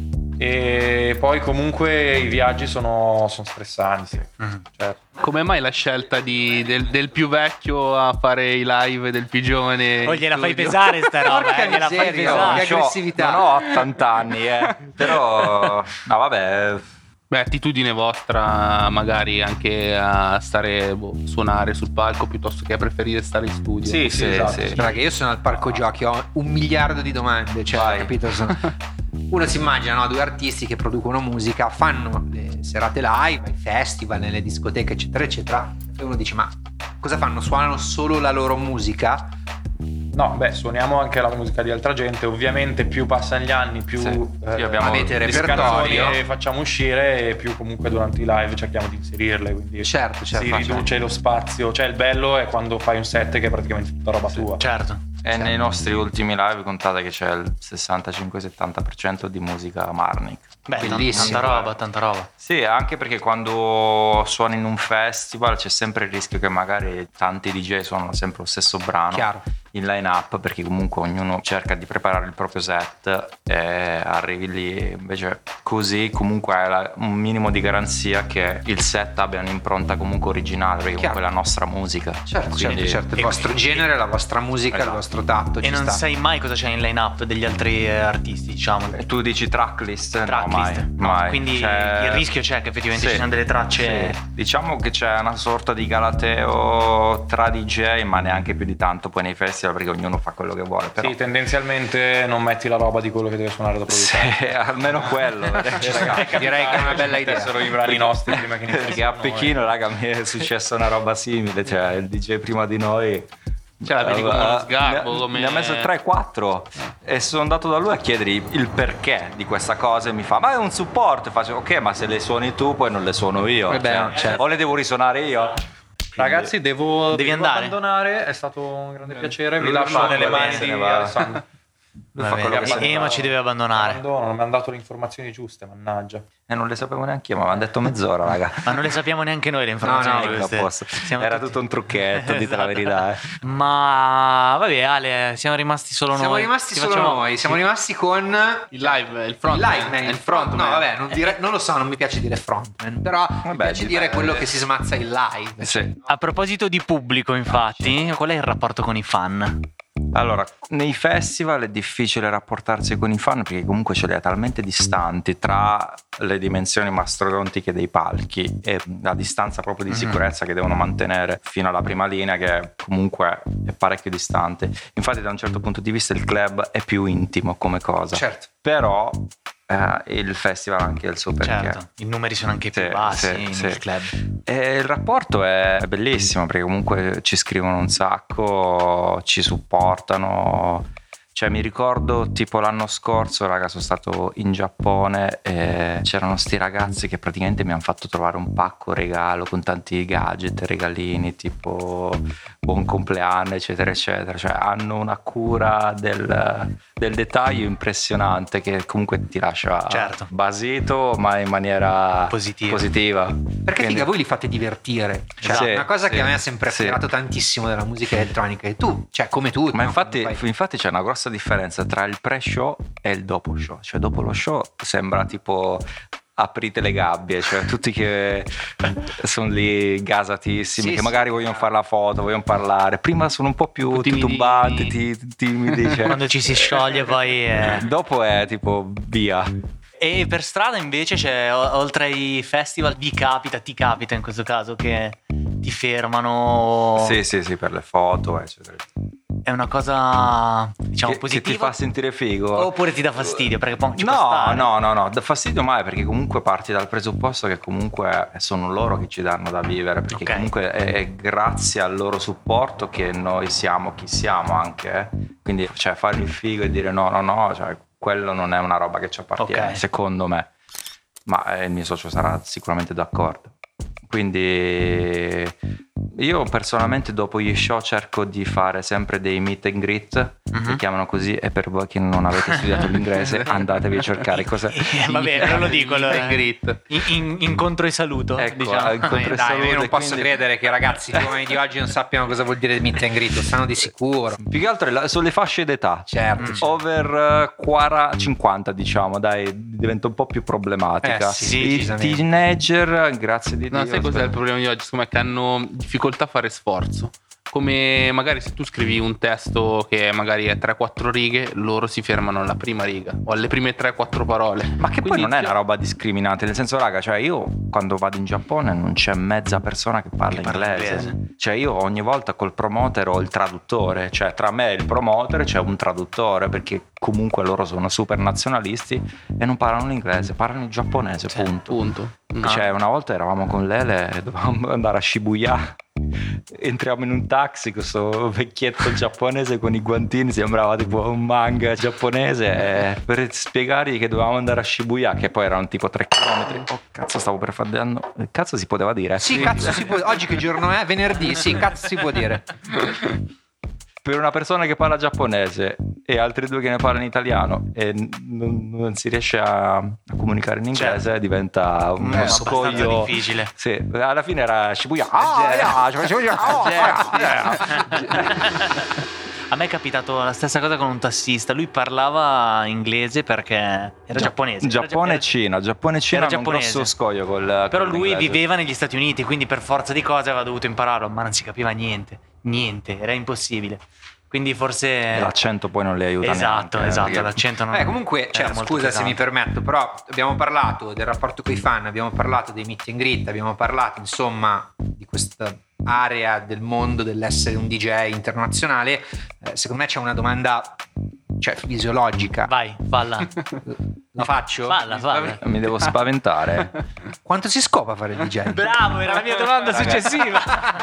E poi comunque i viaggi sono, sono stressanti. Cioè, Come mai la scelta di- del, del più vecchio a fare i live del più giovane? Poi in gliela fai studio? pesare sta roba, Porca eh, gliela fai miseria, pesare. che C'ho- aggressività. Non ho ottanta anni, eh. Però, no vabbè, Beh, attitudine vostra magari anche a stare, boh, suonare sul palco piuttosto che a preferire stare in studio. sì, sì, Sì, esatto. sì. Raga, io sono al parco giochi, ho un miliardo di domande, cioè, Vai. capito? Sono- Uno si immagina, no, due artisti che producono musica, fanno le serate live, ai festival, nelle discoteche, eccetera, eccetera. E uno dice, ma cosa fanno? Suonano solo la loro musica? No, beh, suoniamo anche la musica di altra gente. Ovviamente più passano gli anni, più Sì. eh, Sì, abbiamo avete di repertorio. canzoni facciamo uscire e più comunque durante i live cerchiamo di inserirle. Quindi Certo, certo, si certo. riduce lo spazio. Cioè il bello è quando fai un set che è praticamente tutta roba tua. Certo. e nei nostri ultimi live contate che c'è il sessantacinque settanta per cento di musica Marnik. Beh, tan- Bellissimo. tanta roba, tanta roba. Sì, anche perché quando suoni in un festival c'è sempre il rischio che magari tanti D J suonano sempre lo stesso brano. Chiaro. in line up, perché comunque ognuno cerca di preparare il proprio set e arrivi lì invece così comunque hai la, un minimo di garanzia che il set abbia un'impronta comunque originale, perché Chiaro. comunque è la nostra musica. Certo, Quindi- certo, certo. Il E vostro quindi- genere, la vostra musica, Esatto. il vostro tatto. E ci non sta. sai mai cosa c'è in line-up degli altri eh, artisti, diciamo. E tu dici tracklist? Tracklist. No, mai, No, mai. quindi C'è- il rischio c'è che effettivamente Sì, ci siano delle tracce. sì. Diciamo che c'è una sorta di galateo tra D J, ma neanche più di tanto poi nei festival, perché ognuno fa quello che vuole. Però Sì, tendenzialmente non metti la roba di quello che deve suonare dopo. sì, almeno quello. Direi che è una bella idea. Sono i brani nostri prima che iniziassero. Perché a Pechino, raga, mi è successa una roba simile, cioè il D J prima di noi Cioè, la vedi come uno eh, sgarbo, mi ha- come- mi ha messo tre quattro e sono andato da lui a chiedergli il perché di questa cosa e mi fa: ma è un supporto. E faccio: ok, ma se le suoni tu poi non le suono io, Eh beh, cioè, certo. o le devo risuonare io. Ragazzi, devo, Devi devo andare? abbandonare, è stato un grande piacere. Vi Lui lascio va, nelle va mani bene, di se ne va. Alessandro. Lui Va fa bene. quello che E- vuole. Ema ci deve abbandonare. Abbandono, non mi hanno dato le informazioni giuste, mannaggia. E non le sapevo neanche io, ma mi hanno detto mezz'ora, raga. Ma non le sappiamo neanche noi le informazioni No, no, di Ecco, a queste. posto. Siamo Era tutti- tutto un trucchetto, dite la verità. Eh. Ma vabbè, Ale, siamo rimasti solo Siamo noi. rimasti Ti solo facciamo- noi, siamo rimasti con Il live, il front. il live man, il front. No, vabbè, non, dire- non lo so, non mi piace dire frontman, però mi Vabbè, piace dipende. dire quello che si smazza in live. Sì. A proposito di pubblico, infatti, qual è il rapporto con i fan? Allora, nei festival è difficile rapportarsi con i fan perché comunque ce li ha talmente distanti tra le dimensioni mastodontiche dei palchi e la distanza proprio di sicurezza che devono mantenere fino alla prima linea, che comunque è parecchio distante. Infatti da un certo punto di vista il club è più intimo come cosa. Certo. Però eh, il festival ha anche il suo perché. Certo, i numeri sono anche più Sì, bassi sì, nel sì. club. E il rapporto è bellissimo perché comunque ci scrivono un sacco, ci supportano. Cioè mi ricordo tipo l'anno scorso, raga, sono stato in Giappone e c'erano sti ragazzi che praticamente mi hanno fatto trovare un pacco regalo con tanti gadget, regalini tipo buon compleanno eccetera eccetera. Cioè hanno una cura del, del dettaglio impressionante che comunque ti lascia Certo. basito ma in maniera Positiva. positiva. Perché Quindi- figa, voi li fate divertire. Cioè, Sì, una cosa sì, che a me ha sempre sì. attirato tantissimo della musica elettronica. E tu, cioè, come tu. Ma no? infatti, Come fai? infatti c'è una grossa differenza tra il pre-show e il dopo show. Cioè dopo lo show sembra tipo aprite le gabbie, cioè tutti che sono lì gasatissimi, Sì, che sì. magari vogliono fare la foto, vogliono parlare. Prima sono un po' più Timidini. titubanti, ti- timidi. Cioè. Quando ci si scioglie poi... eh. Dopo è tipo via. E per strada invece c'è, o- oltre ai festival, vi capita, ti capita in questo caso che ti fermano? Sì, sì, sì, per le foto, eccetera. È una cosa, diciamo, Che, che positiva? ti fa sentire figo. Oppure ti dà fastidio? Perché poi ci può No, stare. no, no, no, da fastidio mai, perché comunque parti dal presupposto che comunque sono loro che ci danno da vivere, perché Ok. comunque è, è grazie al loro supporto che noi siamo chi siamo anche, eh. Quindi cioè fare il figo e dire no, no, no, cioè quello non è una roba che ci appartiene, Ok. secondo me, ma eh, il mio socio sarà sicuramente d'accordo. Quindi io personalmente dopo gli show cerco di fare sempre dei meet and greet, Mhm. si chiamano così, e per voi che non avete studiato l'inglese andatevi a cercare cosa. Eh, va bene, non lo dico. Meet allora. and greet. In- in- incontro e saluto, Ecco, diciamo. incontro e Dai, saluto, io non e posso quindi- credere che i ragazzi giovani di oggi non sappiano cosa vuol dire meet and greet, lo sanno di sicuro. Più che altro è la- sono le fasce d'età. Certo. certo. Over eh, quaranta, cinquanta diciamo, dai, diventa un po' più problematica. Eh, sì, I decisamente. teenager, grazie di No, Dio. sai cos'è il problema di oggi? Secondo me che hanno difficoltà a fare sforzo. Come magari se tu scrivi un testo che magari è tre quattro righe, loro si fermano alla prima riga o alle prime tre quattro parole. Ma che poi Quindi non è ti- una roba discriminante, nel senso, raga, cioè io quando vado in Giappone non c'è mezza persona che parla, Che parla inglese. inglese. Cioè io ogni volta col promoter ho il traduttore, cioè tra me e il promoter c'è un traduttore, perché comunque loro sono super nazionalisti e non parlano l'inglese, parlano il giapponese, Cioè, punto. Punto. No. Cioè una volta eravamo con Lele e dovevamo andare a Shibuya, entriamo in un taxi, questo vecchietto giapponese con i guantini sembrava tipo un manga giapponese, e per spiegargli che dovevamo andare a Shibuya, che poi erano tipo tre chilometri. Oh cazzo, stavo per fare danno. Cazzo si poteva dire? Sì, cazzo, si può, oggi che giorno è? Venerdì, sì, cazzo si può dire. Per una persona che parla giapponese e altri due che ne parlano italiano e n- non, non si riesce a, a comunicare in inglese, Certo. diventa È uno abbastanza scoglio difficile. Sì, alla fine era Shibuya. Ah, yeah, Shibuya, ah, yeah. A me è capitato la stessa cosa con un tassista. Lui parlava inglese perché era Gia- giapponese. Era Giappone e giapponese. Cina. Giappone e Cina Era hanno un giapponese. grosso scoglio col Però con lui l'inglese. viveva negli Stati Uniti, quindi per forza di cose aveva dovuto impararlo, ma non si capiva niente. Niente, era impossibile. Quindi forse. E l'accento poi non le aiuta Esatto, neanche, esatto. perché- L'accento non Eh, comunque, cioè, era molto scusa se pesante. mi permetto, però abbiamo parlato del rapporto con i fan, abbiamo parlato dei meet and greet, abbiamo parlato insomma di questa area del mondo dell'essere un D J internazionale. Eh, secondo me c'è una domanda, cioè, fisiologica. Vai, falla. La faccio? Falla, falla. Mi devo spaventare. Quanto si scopa a fare il D J? Bravo, era la mia domanda successiva.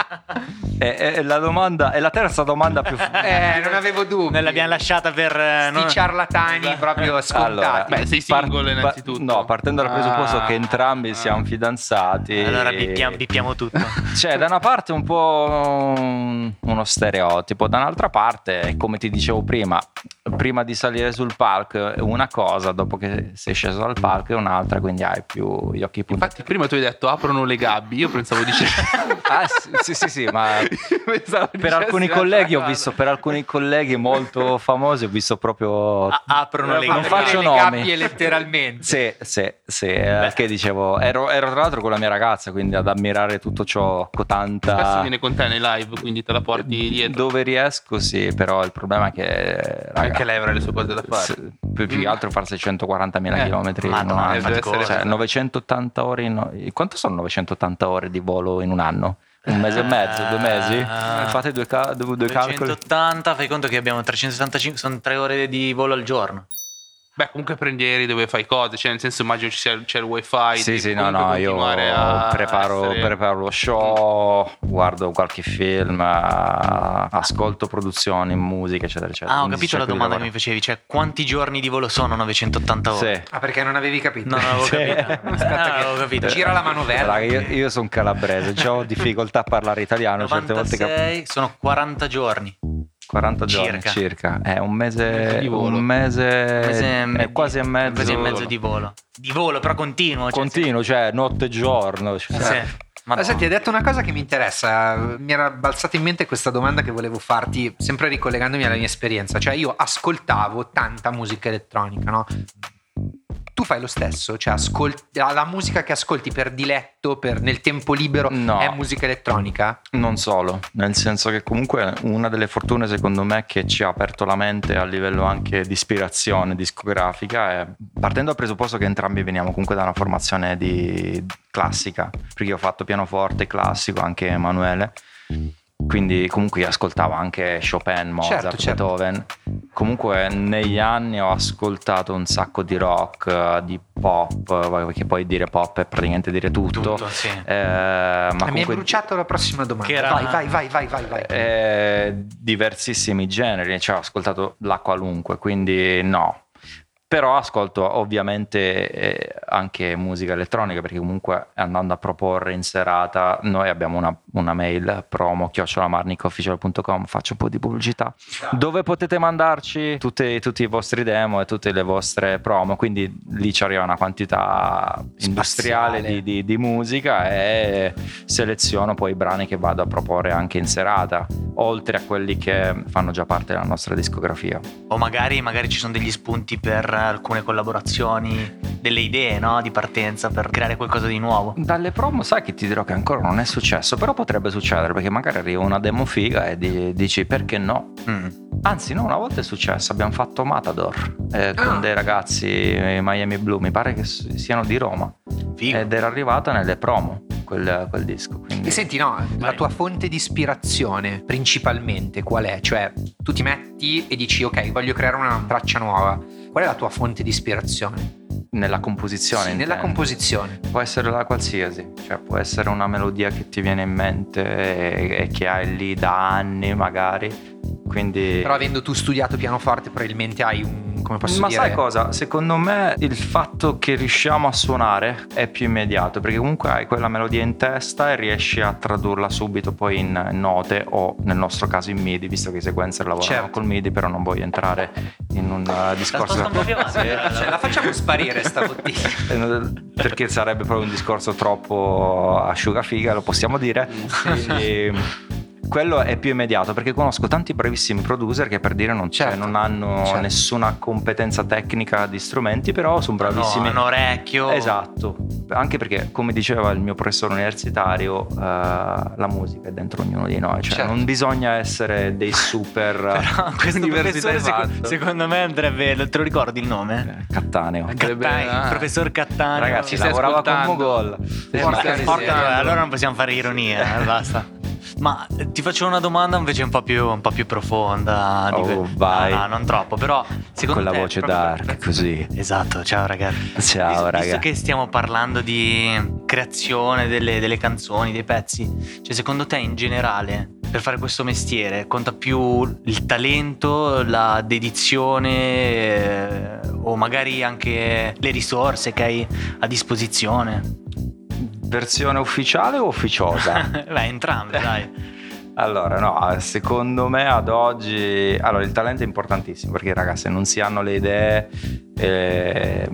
è, è la domanda, è la terza domanda più. Eh, non avevo dubbi. Noi l'abbiamo lasciata per. eh, Sti non- ciarlatani proprio scontati. Allora, Beh, sei single innanzitutto. no, partendo dal presupposto Ah. che entrambi siamo fidanzati. Allora bippiamo, bippiamo tutto. Cioè, da una parte un po' un- uno stereotipo, da un'altra parte, come ti dicevo prima, prima di salire sul palco è una cosa, dopo che sei sceso dal palco è un'altra, quindi hai più gli occhi puntati. Infatti prima tu hai detto aprono le gabbie, io pensavo dicessi Ah, sì, sì, sì, sì, ma pensavo per dicessi alcuni un'altra colleghi ho cosa. visto, per alcuni colleghi molto famosi ho visto proprio. A- aprono le Non gabbie. faccio le nomi. gabbie letteralmente. Sì, sì, sì, eh, che dicevo, ero, ero tra l'altro con la mia ragazza, quindi ad ammirare tutto ciò con Spesso tanta. viene con te nei live, quindi te la porti dietro. Dove riesco, sì, però il problema è che raga, Anche lei avrà le sue cose da fare. se- più, più che altro farsi centoquarantamila Eh, chilometri in un Madonna, anno. deve essere- Cioè, novecentottanta ore in, quanto sono novecentottanta ore di volo in un anno? Un mese e mezzo, due mesi? Eh, Fate due, ca- due, due calcoli. duecentottanta, fai conto che abbiamo trecentosessantacinque, sono tre ore di volo al giorno. Beh, comunque prendi aerei dove fai cose, cioè nel senso immagino ci sia, c'è il wifi. Sì, devi sì, no, comunque no, io continuare a preparo, essere- preparo lo show, guardo qualche film, eh, ascolto produzioni, musica, eccetera, eccetera. Ah, ho Quindi capito la cerco di domanda che mi lavorare. facevi, cioè quanti giorni di volo sono novecentottanta ore? Sì. Ah, perché non avevi capito? No, non avevo Sì. capito. Aspetta Ah, che- avevo capito. Gira la manovella. Raga, io, io sono calabrese, già ho difficoltà a parlare italiano, certe volte cap- novantasei, sono quaranta giorni. quaranta giorni circa. circa, è un mese, Un mese di volo. un mese, Un mese e è me- quasi e un mezzo, mese e mezzo di volo. Di volo, però continuo. Cioè, continuo, cioè notte e giorno. Cioè. sì. Sì. Ma Madonna. senti, hai detto una cosa che mi interessa. Mi era balzata in mente questa domanda che volevo farti, sempre ricollegandomi alla mia esperienza. Cioè, io ascoltavo tanta musica elettronica, no? Tu fai lo stesso? Cioè, ascolti la musica che ascolti per diletto, per nel tempo libero, No. è musica elettronica? Non solo, nel senso che comunque una delle fortune secondo me che ci ha aperto la mente a livello anche di ispirazione discografica è, partendo dal presupposto che entrambi veniamo comunque da una formazione di classica, perché io ho fatto pianoforte classico, anche Emanuele, quindi comunque io ascoltavo anche Chopin, Mozart, Certo, certo. Beethoven. Comunque negli anni ho ascoltato un sacco di rock, eh, di pop, perché poi dire pop è praticamente dire tutto. Tutto, sì. Eh, ma Eh, mi hai comunque bruciato la prossima domanda. Che era- Vai, vai, vai, vai, vai, vai. eh, diversissimi generi, cioè ho ascoltato la qualunque, quindi no. Però ascolto ovviamente eh, anche musica elettronica, perché comunque andando a proporre in serata noi abbiamo una, una mail promo chiocciola marnicofficial punto com, faccio un po' di pubblicità, dove potete mandarci tutte- tutti i vostri demo e tutte le vostre promo, quindi lì ci arriva una quantità industriale Spaziale. di, di- di musica e seleziono poi i brani che vado a proporre anche in serata, oltre a quelli che fanno già parte della nostra discografia. O magari, magari ci sono degli spunti per alcune collaborazioni, delle idee, no? Di partenza per creare qualcosa di nuovo. Dalle promo sai che ti dirò che ancora non è successo, però potrebbe succedere, perché magari arriva una demo figa e di- dici perché no. Mm. Anzi no, una volta è successo, abbiamo fatto Matador eh, con Ah. dei ragazzi eh, Miami Blue, mi pare che s- siano di Roma, Figo. ed era arrivata nelle promo quel, quel disco, quindi E senti, no, la tua fonte di ispirazione principalmente qual è? Cioè, tu ti metti e dici, ok, voglio creare una traccia nuova. Qual è la tua fonte di ispirazione? nella composizione Sì, nella intendo. composizione. Può essere la qualsiasi, cioè può essere una melodia che ti viene in mente e, e che hai lì da anni magari, quindi Però avendo tu studiato pianoforte probabilmente hai un, come posso ma dire... sai cosa? Secondo me il fatto che riusciamo a suonare è più immediato, perché comunque hai quella melodia in testa e riesci a tradurla subito poi in note, o nel nostro caso in MIDI, visto che i sequencer lavorano Certo. col MIDI, però non voglio entrare in un uh, discorso sposta un po' più avanti. Cioè, la facciamo sparire sta bottiglia. Eh, perché sarebbe proprio un discorso troppo asciugafiga, lo possiamo dire. Quindi, quello è più immediato, perché conosco tanti bravissimi producer che, per dire, non, Certo, cioè, non hanno certo. nessuna competenza tecnica di strumenti, però sono bravissimi. No, un orecchio. Esatto, anche perché, come diceva il mio professore universitario, eh, la musica è dentro ognuno di noi, cioè Certo. non bisogna essere dei super Però questo Università professore seco- esatto. secondo me andrebbe, te lo ricordi il nome? eh, Cattaneo. Cattaneo, ah. il professor Cattaneo. Ragazzi, Ci stai lavorava con ascoltando? Mogol. Sì, Porca, stai porca ascoltando? troia, allora non possiamo fare ironia, eh, basta. Ma eh, ti faccio una domanda invece un po' più, un po' più profonda. di Oh, que- vai. No, no, non troppo, però secondo Con la te, voce proprio per- dark, così. Esatto, ciao ragazzi. Ciao, Vis- raga. Visto che stiamo parlando di creazione delle, delle canzoni, dei pezzi, cioè secondo te in generale per fare questo mestiere conta più il talento, la dedizione eh, o magari anche le risorse che hai a disposizione? Versione ufficiale o ufficiosa? Beh, entrambe, dai. Allora, no, secondo me ad oggi, allora, il talento è importantissimo, perché, ragazzi, se non si hanno le idee, eh,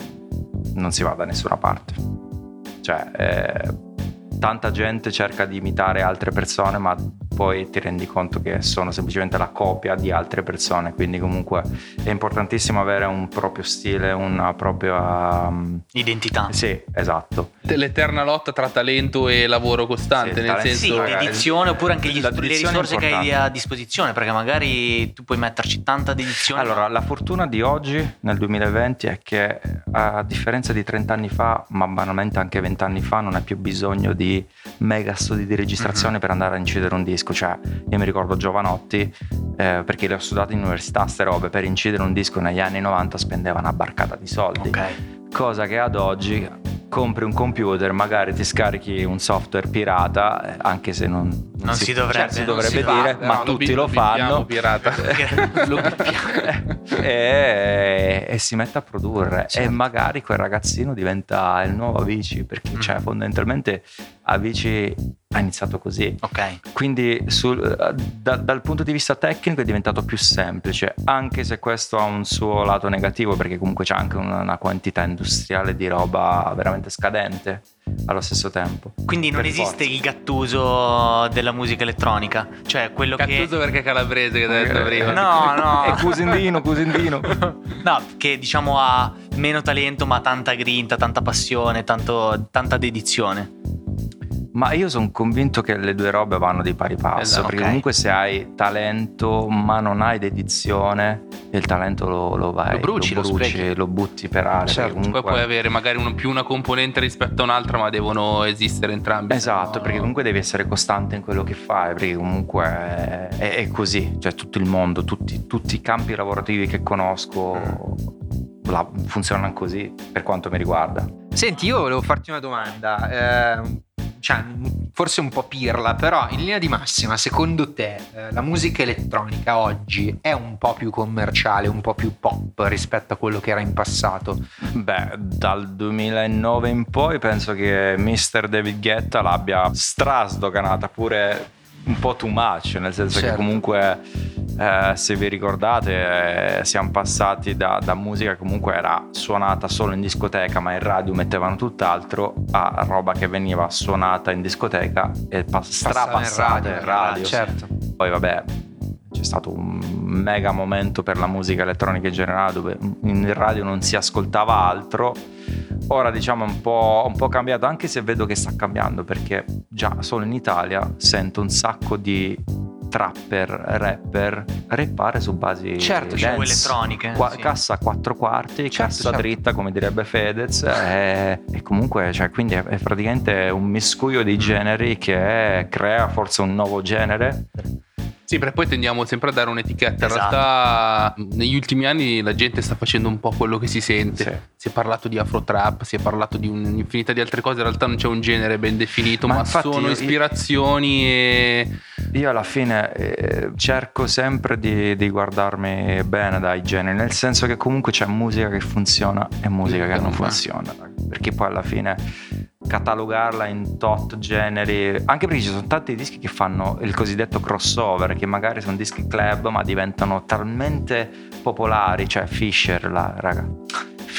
non si va da nessuna parte. Cioè, eh, tanta gente cerca di imitare altre persone, ma poi ti rendi conto che sono semplicemente la copia di altre persone. Quindi comunque è importantissimo avere un proprio stile, una propria um, Identità. sì, esatto. L'eterna lotta tra talento e lavoro costante, Sì, nel talento- Sì, senso ragazzi, dedizione oppure anche gli- la le dedizione è risorse che hai importante. a disposizione, perché magari tu puoi metterci tanta dedizione. Allora, la fortuna di oggi, nel duemilaventi, è che, a differenza di trenta anni fa, ma banalmente anche venti anni fa, non hai più bisogno di mega studi di registrazione Mhm. per andare a incidere un disco. Cioè, io mi ricordo Giovanotti, eh, perché le ho studiate in università ste robe, per incidere un disco negli anni novanta spendeva una barcata di soldi. Ok. Cosa che ad oggi compri un computer, magari ti scarichi un software pirata, eh, anche se non, Non si dovrebbe, cioè, si non dovrebbe si fa, dire, ma No, tutti bi- lo bippiamo fanno. pirata. Lo bippiamo. e, e si mette a produrre, Certo. e magari quel ragazzino diventa il nuovo Avicii, perché Mm. cioè, fondamentalmente Avicii ha iniziato così. Ok. Quindi sul- da- dal punto di vista tecnico è diventato più semplice, anche se questo ha un suo lato negativo, perché comunque c'è anche una, una quantità industriale di roba veramente scadente allo stesso tempo. Quindi non Per esiste forza. il Gattuso della musica elettronica, cioè quello Cattuso perché è calabrese, che hai detto prima. No, no. E Cusindino, Cusindino. No, che diciamo ha meno talento ma tanta grinta, tanta passione, tanto, tanta dedizione. Ma io sono convinto che le due robe vanno di pari passo, Esatto, perché ok. comunque se hai talento ma non hai dedizione, il talento lo, lo vai, Lo bruci, lo sprechi. lo butti per aria. Certo. perché comunque- Poi puoi avere magari uno- più una componente rispetto a un'altra, ma devono esistere entrambi. Esatto, No. perché comunque devi essere costante in quello che fai, perché comunque è, è- è così, cioè tutto il mondo, tutti, tutti i campi lavorativi che conosco la- funzionano così, per quanto mi riguarda. Senti, io volevo farti una domanda, eh, cioè, forse un po' pirla, però in linea di massima, secondo te eh, la musica elettronica oggi è un po' più commerciale, un po' più pop rispetto a quello che era in passato? Beh, dal duemilanove in poi penso che mister David Guetta l'abbia strasdoganata pure un po' too much, nel senso Certo. che comunque eh, se vi ricordate eh, siamo passati da, da musica che comunque era suonata solo in discoteca, ma in radio mettevano tutt'altro, a roba che veniva suonata in discoteca e pas- strapassata in radio. Certo. Poi vabbè, c'è stato un mega momento per la musica elettronica in generale, dove in radio non si ascoltava altro. Ora diciamo è un po', un po' cambiato, anche se vedo che sta cambiando, perché già solo in Italia sento un sacco di trapper, rapper rappare su basi Certo, dance. o elettroniche, Qua- sì. Cassa a quattro quarti, Certo, cassa certo. dritta, come direbbe Fedez, e, e comunque cioè, quindi è, è praticamente un miscuglio di generi che crea forse un nuovo genere. Sì, perché poi tendiamo sempre a dare un'etichetta. In Esatto. realtà, negli ultimi anni la gente sta facendo un po' quello che si sente. Sì. Si è parlato di afro trap, si è parlato di un'infinità di altre cose. In realtà non c'è un genere ben definito, Ma ma, infatti sono io- ispirazioni e. Io alla fine eh, cerco sempre di, di guardarmi bene dai generi, nel senso che comunque c'è musica che funziona e musica che non funziona, perché poi alla fine catalogarla in tot generi, anche perché ci sono tanti dischi che fanno il cosiddetto crossover, che magari sono dischi club ma diventano talmente popolari, cioè Fisher, la raga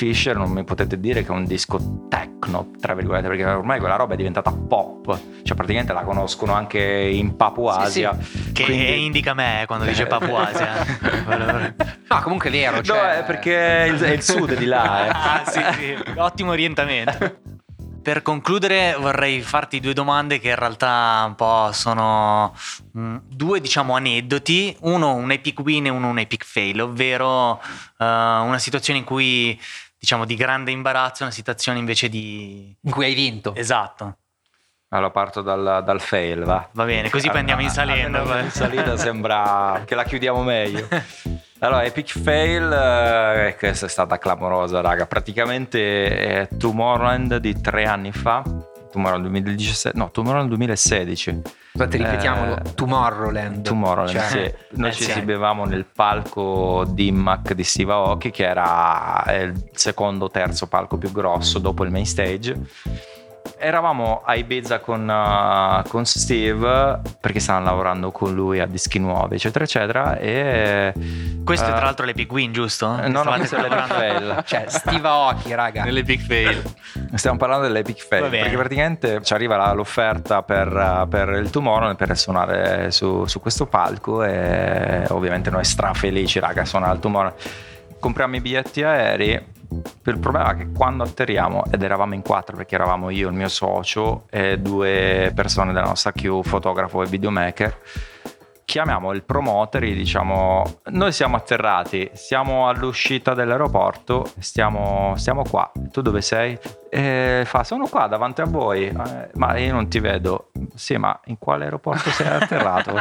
Fisher non mi potete dire che è un disco techno, tra virgolette, perché ormai quella roba è diventata pop, cioè praticamente la conoscono anche in Papuasia. Sì, sì. Che quindi... indica me quando dice Papuasia. No, comunque è vero, cioè... No, è perché è il, è il sud di là. Eh. Ah, sì, sì. Ottimo orientamento. Per concludere vorrei farti due domande che in realtà un po' sono mh, due diciamo aneddoti, uno un epic win e uno un epic fail, ovvero uh, una situazione in cui diciamo di grande imbarazzo, una situazione invece di... in cui hai vinto. Esatto. Allora parto dal, dal fail, va. Va bene, così poi andiamo in salenda. Almeno in salita sembra che la chiudiamo meglio. Allora, epic fail, eh, questa è stata clamorosa, raga. Praticamente è Tomorrowland di tre anni fa. Tomorrowland duemiladiciassette, no, Tomorrowland duemilasedici. Infatti ripetiamolo, Eh, Tomorrowland. Tomorrowland, Cioè, sì. Noi eh, ci sì. esibivamo nel palco D I M A C di Steve Aoki, che era il secondo o terzo palco più grosso dopo il main stage. Eravamo a Ibiza con, uh, con Steve perché stavano lavorando con lui a dischi nuovi, eccetera eccetera, e Questo è uh, tra l'altro l'epic win, giusto? no, no, Stavate questo è l'epic celebrando. fail. Cioè, Steve Aoki, raga. Nell'epic fail. Stiamo parlando dell'epic fail, Va bene. perché praticamente ci arriva la- l'offerta per, uh, per il Tomorrowland per suonare su, su questo palco, e ovviamente noi strafelici, raga, suonare al Tomorrowland. Compriamo i biglietti aerei. Il problema è che quando atterriamo, ed eravamo in quattro perché eravamo io, il mio socio e due persone della nostra crew, fotografo e videomaker, chiamiamo il promoter e gli diciamo: noi siamo atterrati, siamo all'uscita dell'aeroporto, stiamo, stiamo qua, tu dove sei? E fa: sono qua davanti a voi. Eh, ma io non ti vedo. Sì, ma in quale aeroporto sei atterrato?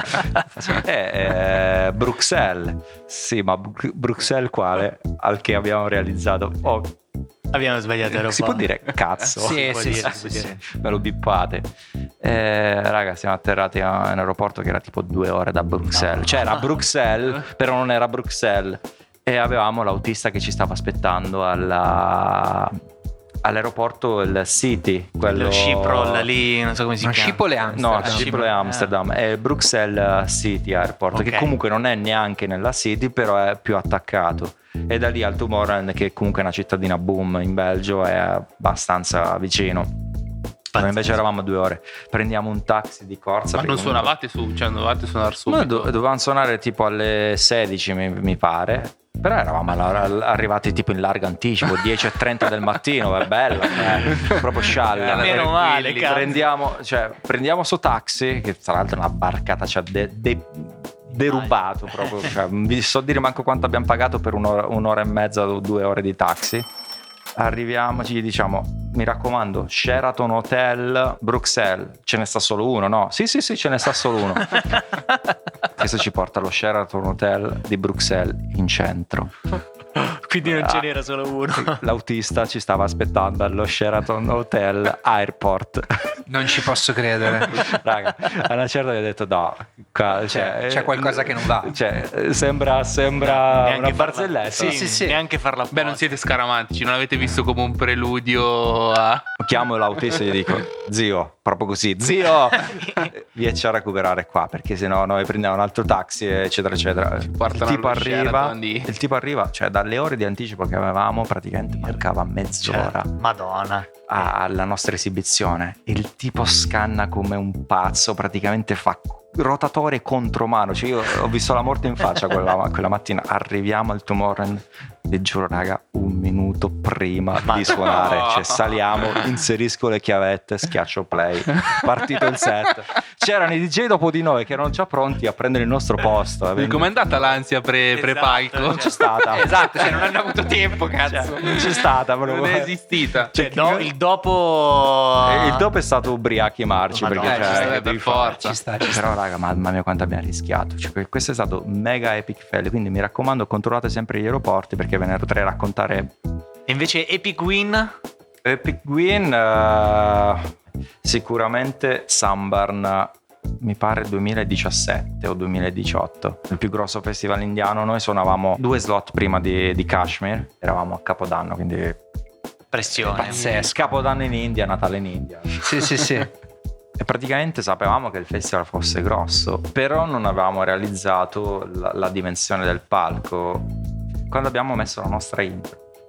eh, eh, Bruxelles. Sì, ma Bru- Bruxelles quale? Al che abbiamo realizzato: oh, Abbiamo sbagliato aeroporto. si può dire cazzo? Sì, può sì, dire, sì, si può sì, dire. sì. Me lo bippate. Eh, raga, siamo atterrati a un aeroporto che era tipo due ore da Bruxelles. Cioè era Bruxelles, però non era Bruxelles. E avevamo l'autista che ci stava aspettando alla... all'aeroporto, il City, quello Lo Schiphol lì, non so come si Ma chiama. Schiphol è No, Amsterdam. Schiphol è Amsterdam, è il Bruxelles City Airport, Ok. che comunque non è neanche nella City, però è più attaccato. E da lì al Tomorrowland, che comunque è una cittadina boom in Belgio, è abbastanza vicino. Noi invece eravamo a due ore. Prendiamo un taxi di corsa. Ma perché non comunque- suonavate su, cioè non dovevate suonare subito. Noi do- dovevamo suonare tipo alle sedici, mi, mi pare. Però eravamo alla- arrivati tipo in largo anticipo, dieci e trenta del mattino, è bello, eh, proprio scialla. Meno male, cazzo. Prendiamo, cioè, prendiamo sto taxi, che tra l'altro è una barcata, cioè de- de- derubato proprio. Cioè, non vi so dire manco quanto abbiamo pagato per un'ora, un'ora e mezza o due ore di taxi. Arriviamo, ci diciamo: mi raccomando, Sheraton Hotel Bruxelles, ce ne sta solo uno, no? Sì, sì, sì, ce ne sta solo uno. Questo ci porta allo Sheraton Hotel di Bruxelles in centro. Quindi non ce Ah. n'era solo uno. L'autista ci stava aspettando allo Sheraton Hotel Airport. Non ci posso credere. Raga, a una certa gli ho detto: no, qua, Cioè, cioè, c'è qualcosa che non va. Cioè, sembra, sembra Neanche una farla- barzelletta. Sì, sì, sì. Neanche farla Beh, non siete scaramantici, non avete visto come un preludio a... Chiamo l'autista e gli dico: zio, proprio così, zio, vieni a recuperare qua, perché sennò noi prendiamo un altro taxi, eccetera eccetera. Il portano tipo allo arriva, Sheraton di- il tipo arriva, cioè dalle ore di anticipo che avevamo praticamente mancava mezz'ora Cioè, Madonna. a- alla nostra esibizione. Il tipo scanna come un pazzo, praticamente fa rotatore contromano. Cioè, io ho visto la morte in faccia quella, quella mattina. Arriviamo al Tomorrowland, vi giuro, raga, un minuto prima di suonare. Cioè, saliamo, inserisco le chiavette, schiaccio play, partito il set. C'erano i D J dopo di noi che erano già pronti a prendere il nostro posto. Com'è andata l'ansia pre, pre-palco? Non c'è stata. Esatto, cioè non hanno avuto tempo, cazzo. Cioè, non c'è stata. Non proprio. è esistita. Cioè, do- il dopo. E il dopo è stato ubriachi marci, Madonna, perché eh, cioè, ci sta, che per devi forza. fare? Ci sta, ci sta. Però raga, mamma mia quanto abbiamo rischiato. Cioè, questo è stato mega epic fail, quindi mi raccomando, controllate sempre gli aeroporti, perché ve ne potrei raccontare. E invece Epic Win. Epic win, eh, sicuramente Sunburn, mi pare duemiladiciassette o duemiladiciotto, il più grosso festival indiano. Noi suonavamo due slot prima di, di Kashmir, eravamo a Capodanno, quindi Pressione. Pazzesco. Capodanno in India, Natale in India. Sì, sì, sì. E praticamente sapevamo che il festival fosse grosso, però non avevamo realizzato la, la dimensione del palco. Quando abbiamo messo la nostra intro,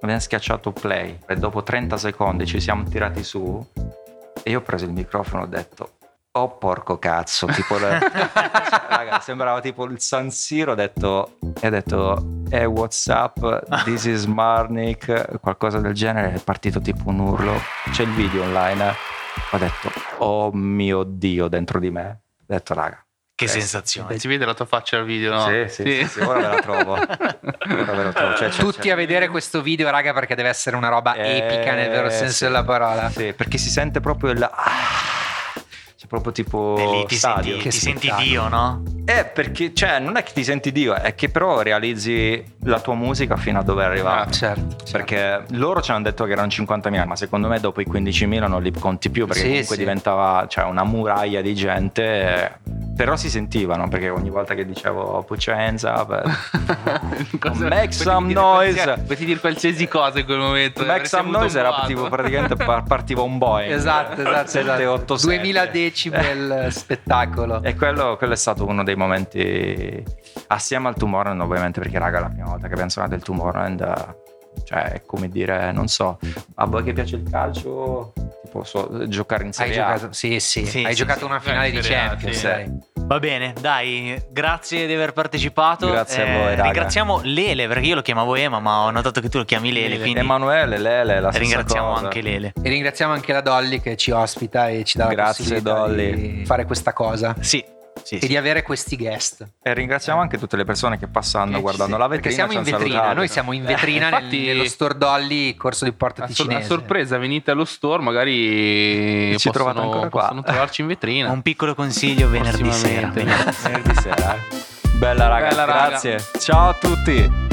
abbiamo schiacciato play e dopo trenta secondi ci siamo tirati su e io ho preso il microfono e ho detto oh porco cazzo, tipo le... raga, sembrava tipo il San Siro, ho detto e ho detto hey what's up, this is Marnik, qualcosa del genere, è partito tipo un urlo, c'è il video online, ho detto oh mio Dio dentro di me, ho detto raga Che eh, sensazione. Si vede la tua faccia al video, no? sì, sì, sì, sì, ora ve la trovo, ora ve la trovo. Cioè, c'è- Tutti c'è- a vedere questo video, raga, perché deve essere una roba Eh, epica nel vero senso sì. della parola. Sì, perché si sente proprio il ah, c'è proprio tipo E lì ti stadio. senti, Che ti senti spettacolo. Dio, no? Eh, perché, cioè, non è che ti senti Dio, è che però realizzi la tua musica fino a dove è arrivata. Ah, certo. Perché loro ci hanno detto che erano cinquantamila, ma secondo me dopo i quindicimila non li conti più, perché Sì, comunque sì. diventava, cioè, una muraglia di gente. eh, Però si sentivano, perché ogni volta che dicevo put your hands up, Cosa- make potevi some dire noise. qualsiasi- Potevi dire qualsiasi cosa in quel momento. Make avresti some avuto noise un era boato. tipo praticamente par- partiva un Boeing. Esatto, esatto, sette, esatto. otto, sette. duemila decibel spettacolo. E quello, quello è stato uno dei momenti assieme al Tomorrowland, ovviamente, perché raga, la prima volta che abbiamo suonato il Tomorrowland, eh, cioè è come dire, non so, a voi che piace il calcio, tipo so, giocare in Hai Serie A. giocato, sì, sì, Sì, hai sì, giocato sì. una finale Eh, di Serie A, Champions. sì. dai. Va bene, dai, grazie di aver partecipato. Grazie a voi, raga. Ringraziamo Lele, perché io lo chiamavo Ema, ma ho notato che tu lo chiami Lele, quindi Emanuele, Lele, la stessa ringraziamo cosa. anche Lele. E ringraziamo anche la Dolly che ci ospita e ci dà la Grazie, possibilità Dolly. di fare questa cosa Sì, sì, e sì. di avere questi guest. E ringraziamo anche tutte le persone che passando, Che guardando ci- la perché vetrina, siamo in ci hanno vetrina, salutato. noi siamo in vetrina nel- infatti- nello store Dolly, corso di Porta A, sor- a Ticinese. sorpresa, venite allo store, magari Ci possono, trovate ancora qua. possono trovarci in vetrina. Un piccolo consiglio venerdì sera. Prossimamente. Venerdì sera. Bella raga, Bella, raga. grazie. Ciao a tutti.